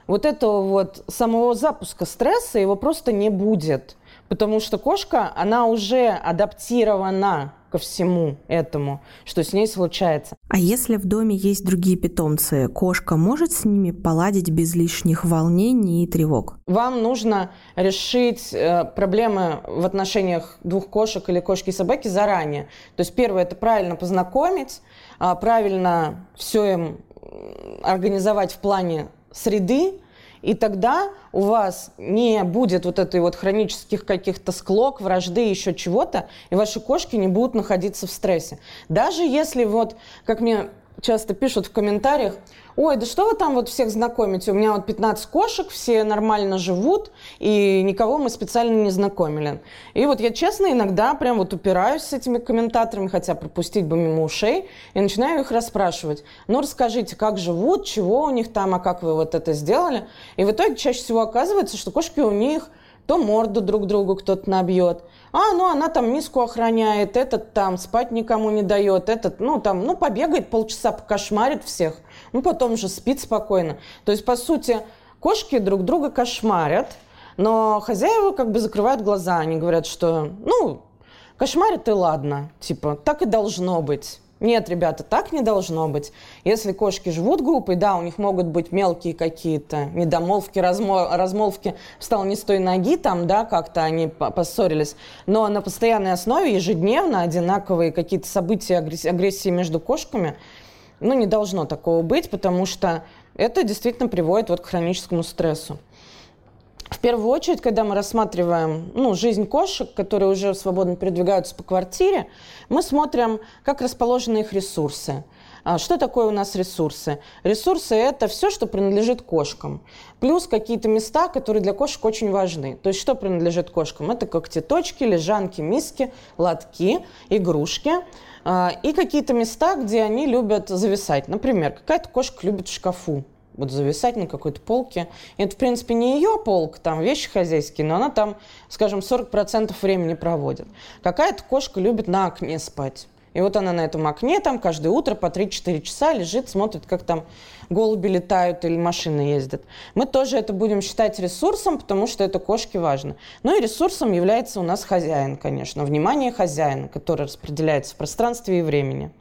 вот этого вот самого запуска стресса его просто не будет. Потому что кошка, она уже адаптирована ко всему этому, что с ней случается. А если в доме есть другие питомцы, кошка может с ними поладить без лишних волнений и тревог? Вам нужно решить э, проблемы в отношениях двух кошек или кошки и собаки заранее. То есть первое – это правильно познакомить, э, правильно все им организовать в плане среды, и тогда у вас не будет вот этой вот хронических каких-то склок, вражды, еще чего-то, и ваши кошки не будут находиться в стрессе. Даже если вот, как мне часто пишут в комментариях, ой, да что вы там вот всех знакомите, у меня вот пятнадцать кошек, все нормально живут, и никого мы специально не знакомили. И вот я честно иногда прям вот упираюсь с этими комментаторами, хотя пропустить бы мимо ушей, и начинаю их расспрашивать. Ну, расскажите, как живут, чего у них там, а как вы вот это сделали? И в итоге чаще всего оказывается, что кошки у них то морду друг другу кто-то набьет, а, ну, она там миску охраняет, этот там спать никому не дает, этот, ну, там, ну, побегает полчаса, покошмарит всех, ну, потом же спит спокойно. То есть, по сути, кошки друг друга кошмарят, но хозяева как бы закрывают глаза, они говорят, что, ну, кошмарят и ладно, типа, так и должно быть. Нет, ребята, так не должно быть. Если кошки живут группой, да, у них могут быть мелкие какие-то недомолвки, размо- размолвки, встал не с той ноги, там, да, как-то они поссорились. Но на постоянной основе, ежедневно, одинаковые какие-то события агрессии, агрессии между кошками, ну, не должно такого быть, потому что это действительно приводит вот к хроническому стрессу. В первую очередь, когда мы рассматриваем ну, жизнь кошек, которые уже свободно передвигаются по квартире, мы смотрим, как расположены их ресурсы. Что такое у нас ресурсы? Ресурсы – это все, что принадлежит кошкам. Плюс какие-то места, которые для кошек очень важны. То есть что принадлежит кошкам? Это когтеточки, лежанки, миски, лотки, игрушки. И какие-то места, где они любят зависать. Например, какая-то кошка любит в шкафу. Вот зависать на какой-то полке. И это, в принципе, не ее полка, там вещи хозяйские, но она там, скажем, сорок процентов времени проводит. Какая-то кошка любит на окне спать. И вот она на этом окне там каждое утро по три-четыре часа лежит, смотрит, как там голуби летают или машины ездят. Мы тоже это будем считать ресурсом, потому что это кошке важно. Ну и ресурсом является у нас хозяин, конечно, внимание хозяина, который распределяется в пространстве и времени.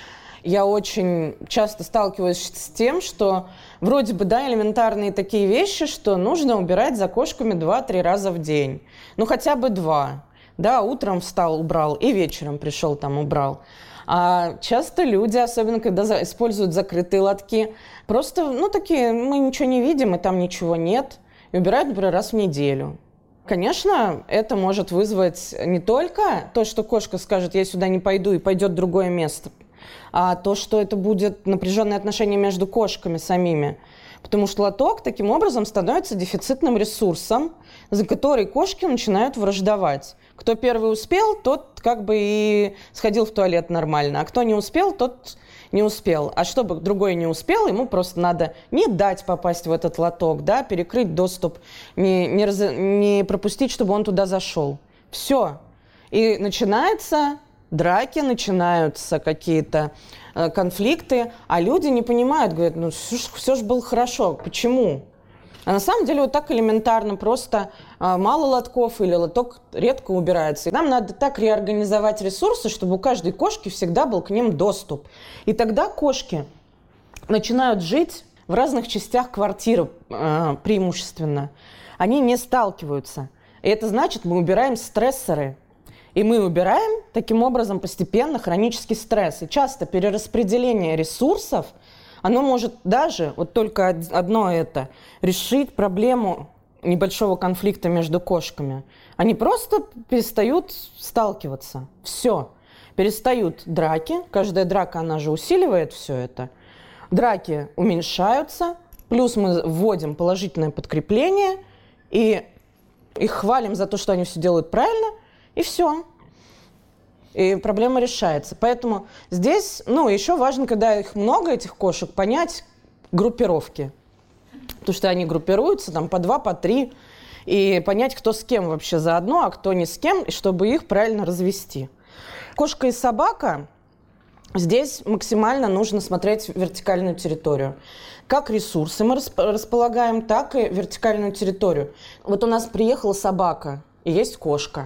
Я очень часто сталкиваюсь с тем, что вроде бы, да, элементарные такие вещи, что нужно убирать за кошками два-три раза в день. Ну, хотя бы два. Да, утром встал, убрал, и вечером пришел, там, убрал. А часто люди, особенно когда за, используют закрытые лотки, просто, ну, такие, мы ничего не видим, и там ничего нет, и убирают, например, раз в неделю. Конечно, это может вызвать не только то, что кошка скажет, я сюда не пойду, и пойдет в другое место, а то, что это будет напряженное отношение между кошками самими. Потому что лоток таким образом становится дефицитным ресурсом, за который кошки начинают враждовать. Кто первый успел, тот как бы и сходил в туалет нормально, а кто не успел, тот не успел. А чтобы другой не успел, ему просто надо не дать попасть в этот лоток, да, перекрыть доступ, не, не, раз, не пропустить, чтобы он туда зашел. Все. И начинается... Драки, начинаются какие-то э, конфликты, а люди не понимают, говорят, ну все, все же было хорошо, почему? А на самом деле вот так элементарно, просто э, мало лотков или лоток редко убирается. И нам надо так реорганизовать ресурсы, чтобы у каждой кошки всегда был к ним доступ. И тогда кошки начинают жить в разных частях квартиры э, преимущественно. Они не сталкиваются. И это значит, мы убираем стрессоры. И мы убираем таким образом постепенно хронический стресс. И часто перераспределение ресурсов, оно может даже, вот только одно это, решить проблему небольшого конфликта между кошками. Они просто перестают сталкиваться. Все. Перестают драки. Каждая драка, она же усиливает все это. Драки уменьшаются. Плюс мы вводим положительное подкрепление. И их хвалим за то, что они все делают правильно. И все. И проблема решается. Поэтому здесь, ну, еще важно, когда их много, этих кошек, понять группировки. Потому что они группируются там по два, по три. И понять, кто с кем вообще заодно, а кто не с кем, и чтобы их правильно развести. Кошка и собака здесь максимально нужно смотреть вертикальную территорию. Как ресурсы мы располагаем, так и вертикальную территорию. Вот у нас приехала собака, и есть кошка.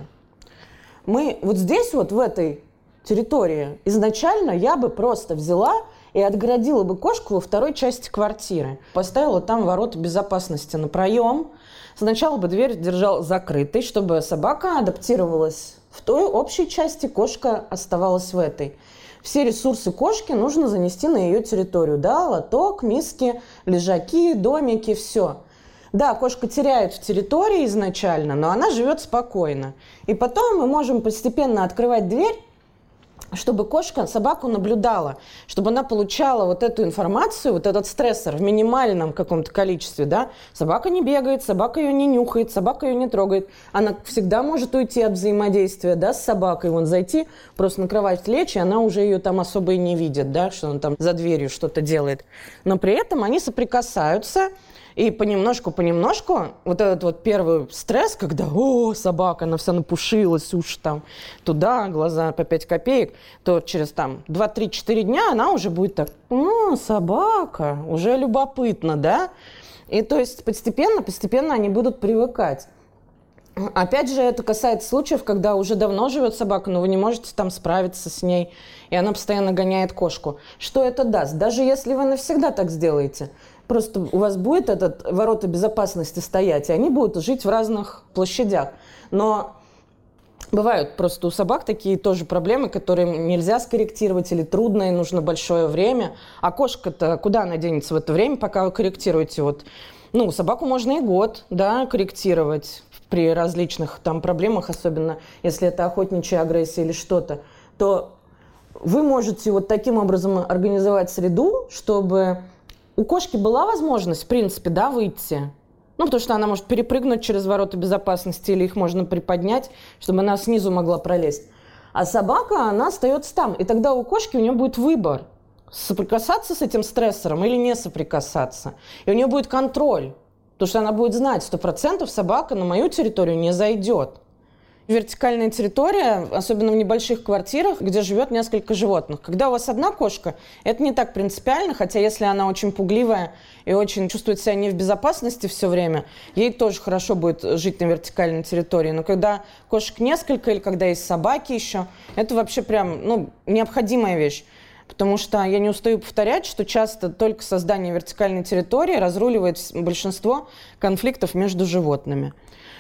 Мы вот здесь вот, в этой территории, изначально я бы просто взяла и отгородила бы кошку во второй части квартиры. Поставила там ворота безопасности на проем. Сначала бы дверь держала закрытой, чтобы собака адаптировалась в той общей части, кошка оставалась в этой. Все ресурсы кошки нужно занести на ее территорию. Да, лоток, миски, лежаки, домики, все. Да, кошка теряет в территории изначально, но она живет спокойно. И потом мы можем постепенно открывать дверь, чтобы кошка собаку наблюдала, чтобы она получала вот эту информацию, вот этот стрессор в минимальном каком-то количестве, да. Собака не бегает, собака ее не нюхает, собака ее не трогает. Она всегда может уйти от взаимодействия, да, с собакой, вон зайти, просто на кровать лечь, и она уже ее там особо и не видит, да, что он там за дверью что-то делает. Но при этом они соприкасаются. И понемножку-понемножку вот этот вот первый стресс, когда «О, собака, она вся напушилась, уши там туда, глаза по пять копеек», то через там два-три-четыре дня она уже будет так «О, собака, уже любопытно, да?» И то есть постепенно-постепенно они будут привыкать. Опять же, это касается случаев, когда уже давно живет собака, но вы не можете там справиться с ней, и она постоянно гоняет кошку. Что это даст? Даже если вы навсегда так сделаете, просто у вас будет этот ворота безопасности стоять, и они будут жить в разных площадях. Но бывают просто у собак такие тоже проблемы, которые нельзя скорректировать или трудно, и нужно большое время. А кошка-то куда она денется в это время, пока вы корректируете? Вот, ну, собаку можно и год, да, корректировать при различных там проблемах, особенно если это охотничья агрессия или что-то, то вы можете вот таким образом организовать среду, чтобы у кошки была возможность, в принципе, да, выйти. Ну, потому что она может перепрыгнуть через ворота безопасности, или их можно приподнять, чтобы она снизу могла пролезть. А собака, она остается там. И тогда у кошки у нее будет выбор, соприкасаться с этим стрессором или не соприкасаться. И у нее будет контроль. Потому что она будет знать, сто процентов собака на мою территорию не зайдет. Вертикальная территория, особенно в небольших квартирах, где живет несколько животных. Когда у вас одна кошка, это не так принципиально, хотя если она очень пугливая и очень чувствует себя не в безопасности все время, ей тоже хорошо будет жить на вертикальной территории. Но когда кошек несколько или когда есть собаки еще, это вообще прям, ну, необходимая вещь. Потому что я не устаю повторять, что часто только создание вертикальной территории разруливает большинство конфликтов между животными.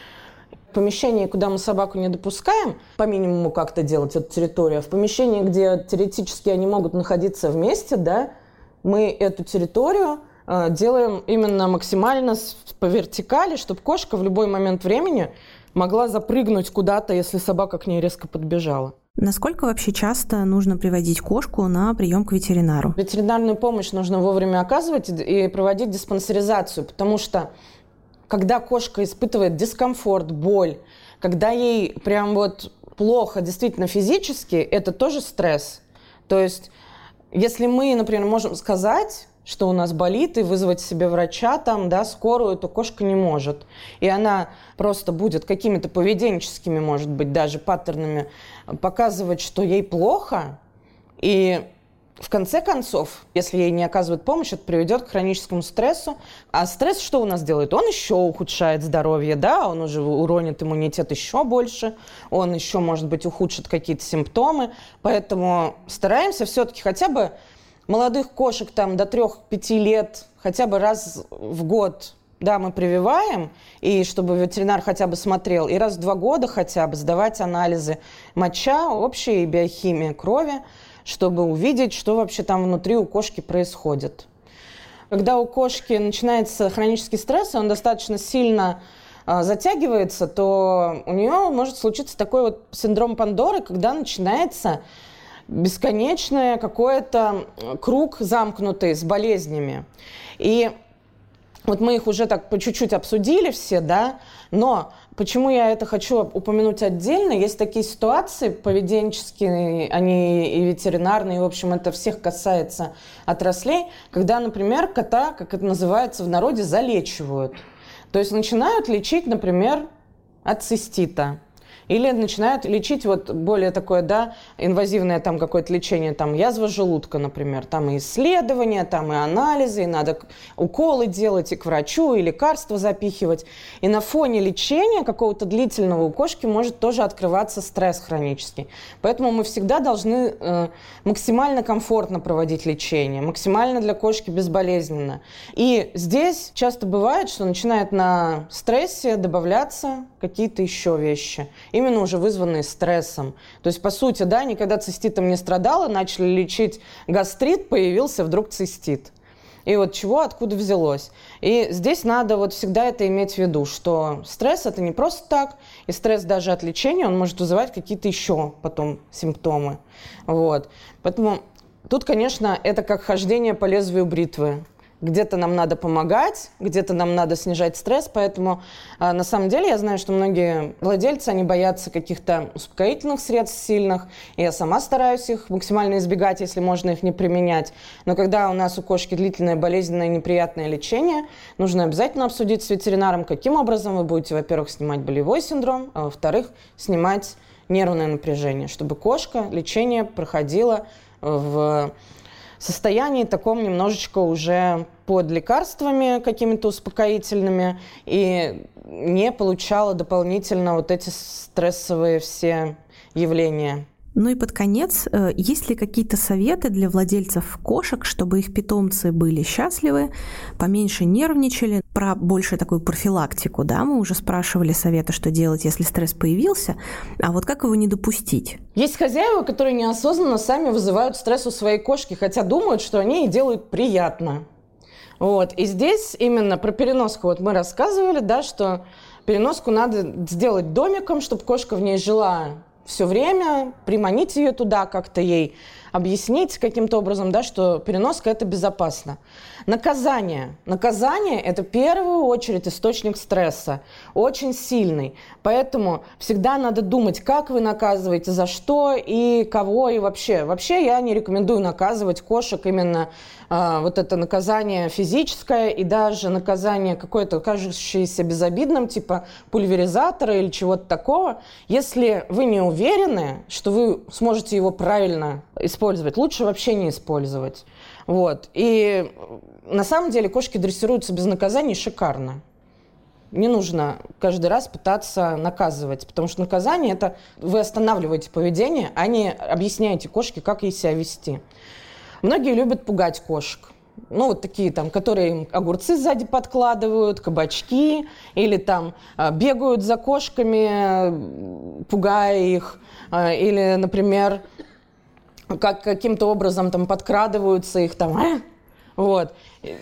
В помещении, куда мы собаку не допускаем, по минимуму как-то делать эту территорию, а в помещении, где теоретически они могут находиться вместе, да, мы эту территорию э, делаем именно максимально по вертикали, чтобы кошка в любой момент времени могла запрыгнуть куда-то, если собака к ней резко подбежала. Насколько вообще часто нужно приводить кошку на прием к ветеринару? Ветеринарную помощь нужно вовремя оказывать и проводить диспансеризацию, потому что когда кошка испытывает дискомфорт, боль, когда ей прям вот плохо действительно физически, это тоже стресс. То есть если мы, например, можем сказать, что у нас болит, и вызвать себе врача, там, да, скорую, то кошка не может. И она просто будет какими-то поведенческими, может быть, даже паттернами показывать, что ей плохо. И в конце концов, если ей не оказывают помощь, это приведет к хроническому стрессу. А стресс что у нас делает? Он еще ухудшает здоровье, да, он уже уронит иммунитет еще больше, он еще, может быть, ухудшит какие-то симптомы. Поэтому стараемся все-таки хотя бы молодых кошек там до трёх-пяти лет хотя бы раз в год, да, мы прививаем, и чтобы ветеринар хотя бы смотрел, и раз в два года хотя бы сдавать анализы моча, общей биохимии крови, чтобы увидеть, что вообще там внутри у кошки происходит. Когда у кошки начинается хронический стресс, и он достаточно сильно а, затягивается, то у нее может случиться такой вот синдром Пандоры, когда начинается бесконечный какой-то круг замкнутый с болезнями. И вот мы их уже так по чуть-чуть обсудили все, да, но почему я это хочу упомянуть отдельно? Есть такие ситуации поведенческие, они и ветеринарные, и, в общем, это всех касается отраслей, когда, например, кота, как это называется в народе, залечивают. То есть начинают лечить, например, от цистита. Или начинают лечить вот более такое, да, инвазивное там какое-то лечение, там язва желудка, например, там и исследования, там и анализы, и надо уколы делать, и к врачу, и лекарства запихивать. И на фоне лечения какого-то длительного у кошки может тоже открываться стресс хронический. Поэтому мы всегда должны э, максимально комфортно проводить лечение, максимально для кошки безболезненно. И здесь часто бывает, что начинает на стрессе добавляться какие-то еще вещи, именно уже вызванные стрессом. То есть, по сути, да, никогда циститом не страдала, начали лечить гастрит, появился вдруг цистит. И вот чего, откуда взялось. И здесь надо вот всегда это иметь в виду, что стресс – это не просто так, и стресс даже от лечения, он может вызывать какие-то еще потом симптомы. Вот. Поэтому тут, конечно, это как хождение по лезвию бритвы. Где-то нам надо помогать, где-то нам надо снижать стресс, поэтому э, на самом деле я знаю, что многие владельцы, они боятся каких-то успокоительных средств сильных, и я сама стараюсь их максимально избегать, если можно их не применять. Но когда у нас у кошки длительное болезненное неприятное лечение, нужно обязательно обсудить с ветеринаром, каким образом вы будете, во-первых, снимать болевой синдром, а во-вторых, снимать нервное напряжение, чтобы кошка лечение проходила в состоянии таком немножечко уже под лекарствами какими-то успокоительными и не получала дополнительно вот эти стрессовые все явления. Ну и под конец, есть ли какие-то советы для владельцев кошек, чтобы их питомцы были счастливы, поменьше нервничали? Про больше такую профилактику, да, мы уже спрашивали советы, что делать, если стресс появился, а вот как его не допустить? Есть хозяева, которые неосознанно сами вызывают стресс у своей кошки, хотя думают, что они ей делают приятно. Вот. И здесь именно про переноску вот мы рассказывали, да, что переноску надо сделать домиком, чтобы кошка в ней жила все время, приманить ее туда, как-то ей объяснить каким-то образом, да, что переноска – это безопасно. Наказание. Наказание – это в первую очередь источник стресса, очень сильный. Поэтому всегда надо думать, как вы наказываете, за что и кого, и вообще. Вообще я не рекомендую наказывать кошек именно э, вот это наказание физическое и даже наказание какое-то кажущееся безобидным, типа пульверизатора или чего-то такого. Если вы не уверены, что вы сможете его правильно использовать, лучше вообще не использовать. Вот. И на самом деле кошки дрессируются без наказаний шикарно. Не нужно каждый раз пытаться наказывать, потому что наказание – это вы останавливаете поведение, а не объясняете кошке, как ей себя вести. Многие любят пугать кошек. Ну, вот такие там, которые им огурцы сзади подкладывают, кабачки, или там бегают за кошками, пугая их, или, например, как каким-то образом там подкрадываются их там, а? Вот.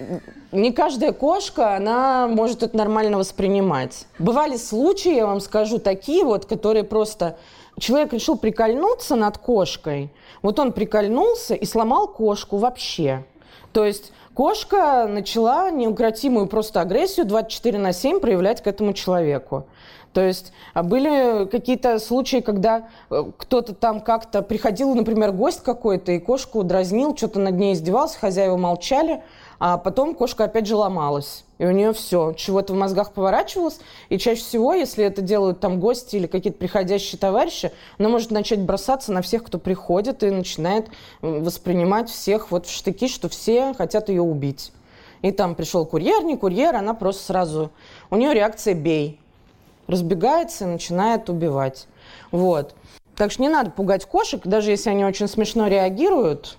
Не каждая кошка, она может это нормально воспринимать. Бывали случаи, я вам скажу, такие вот, которые просто... Человек решил прикольнуться над кошкой, вот он прикольнулся и сломал кошку вообще. То есть кошка начала неукротимую просто агрессию двадцать четыре на семь проявлять к этому человеку. То есть были какие-то случаи, когда кто-то там как-то приходил, например, гость какой-то, и кошку дразнил, что-то над ней издевался, хозяева молчали, а потом кошка опять же ломалась. И у нее все, чего-то в мозгах поворачивалось. И чаще всего, если это делают там гости или какие-то приходящие товарищи, она может начать бросаться на всех, кто приходит, и начинает воспринимать всех вот в штыки, что все хотят ее убить. И там пришел курьер, не курьер, она просто сразу... У нее реакция «бей». Разбегается и начинает убивать. Вот. Так что не надо пугать кошек, даже если они очень смешно реагируют,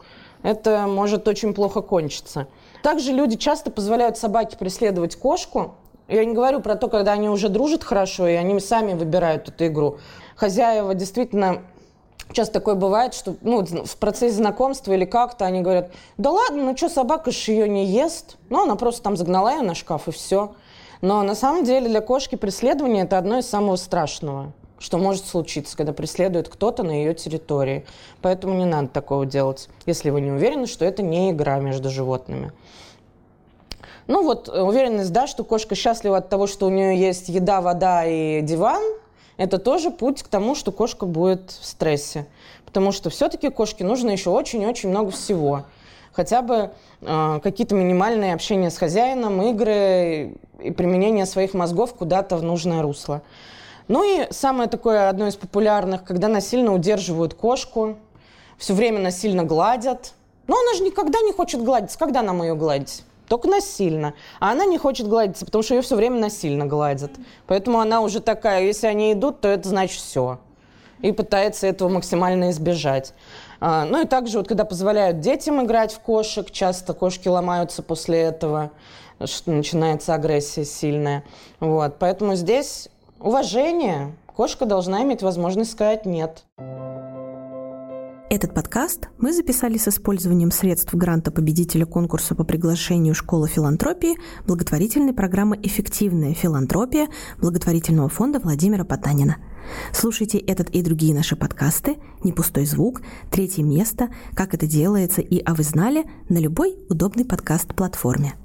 это может очень плохо кончиться. Также люди часто позволяют собаке преследовать кошку. Я не говорю про то, когда они уже дружат хорошо, и они сами выбирают эту игру. Хозяева действительно... Часто такое бывает, что ну, в процессе знакомства или как-то они говорят, да ладно, ну что, собака же ее не ест. Ну, она просто там загнала ее на шкаф, и все. Но на самом деле для кошки преследование – это одно из самого страшного, что может случиться, когда преследует кто-то на ее территории. Поэтому не надо такого делать, если вы не уверены, что это не игра между животными. Ну вот, уверенность, да, что кошка счастлива от того, что у нее есть еда, вода и диван – это тоже путь к тому, что кошка будет в стрессе. Потому что все-таки кошке нужно еще очень-очень много всего. Хотя бы э, какие-то минимальные общения с хозяином, игры и применение своих мозгов куда-то в нужное русло. Ну и самое такое, одно из популярных, когда насильно удерживают кошку, все время насильно гладят. Но она же никогда не хочет гладиться. Когда нам ее гладить? Только насильно. А она не хочет гладиться, потому что ее все время насильно гладят. Поэтому она уже такая, если они идут, то это значит все. И пытается этого максимально избежать. А, ну и также, вот, когда позволяют детям играть в кошек, часто кошки ломаются после этого, что начинается агрессия сильная. Вот. Поэтому здесь уважение. Кошка должна иметь возможность сказать «нет». Этот подкаст мы записали с использованием средств гранта победителя конкурса по приглашению «Школа филантропии» благотворительной программы «Эффективная филантропия» благотворительного фонда Владимира Потанина. Слушайте этот и другие наши подкасты «Не пустой звук», «Третье место», «Как это делается» и «А вы знали» на любой удобной подкаст-платформе.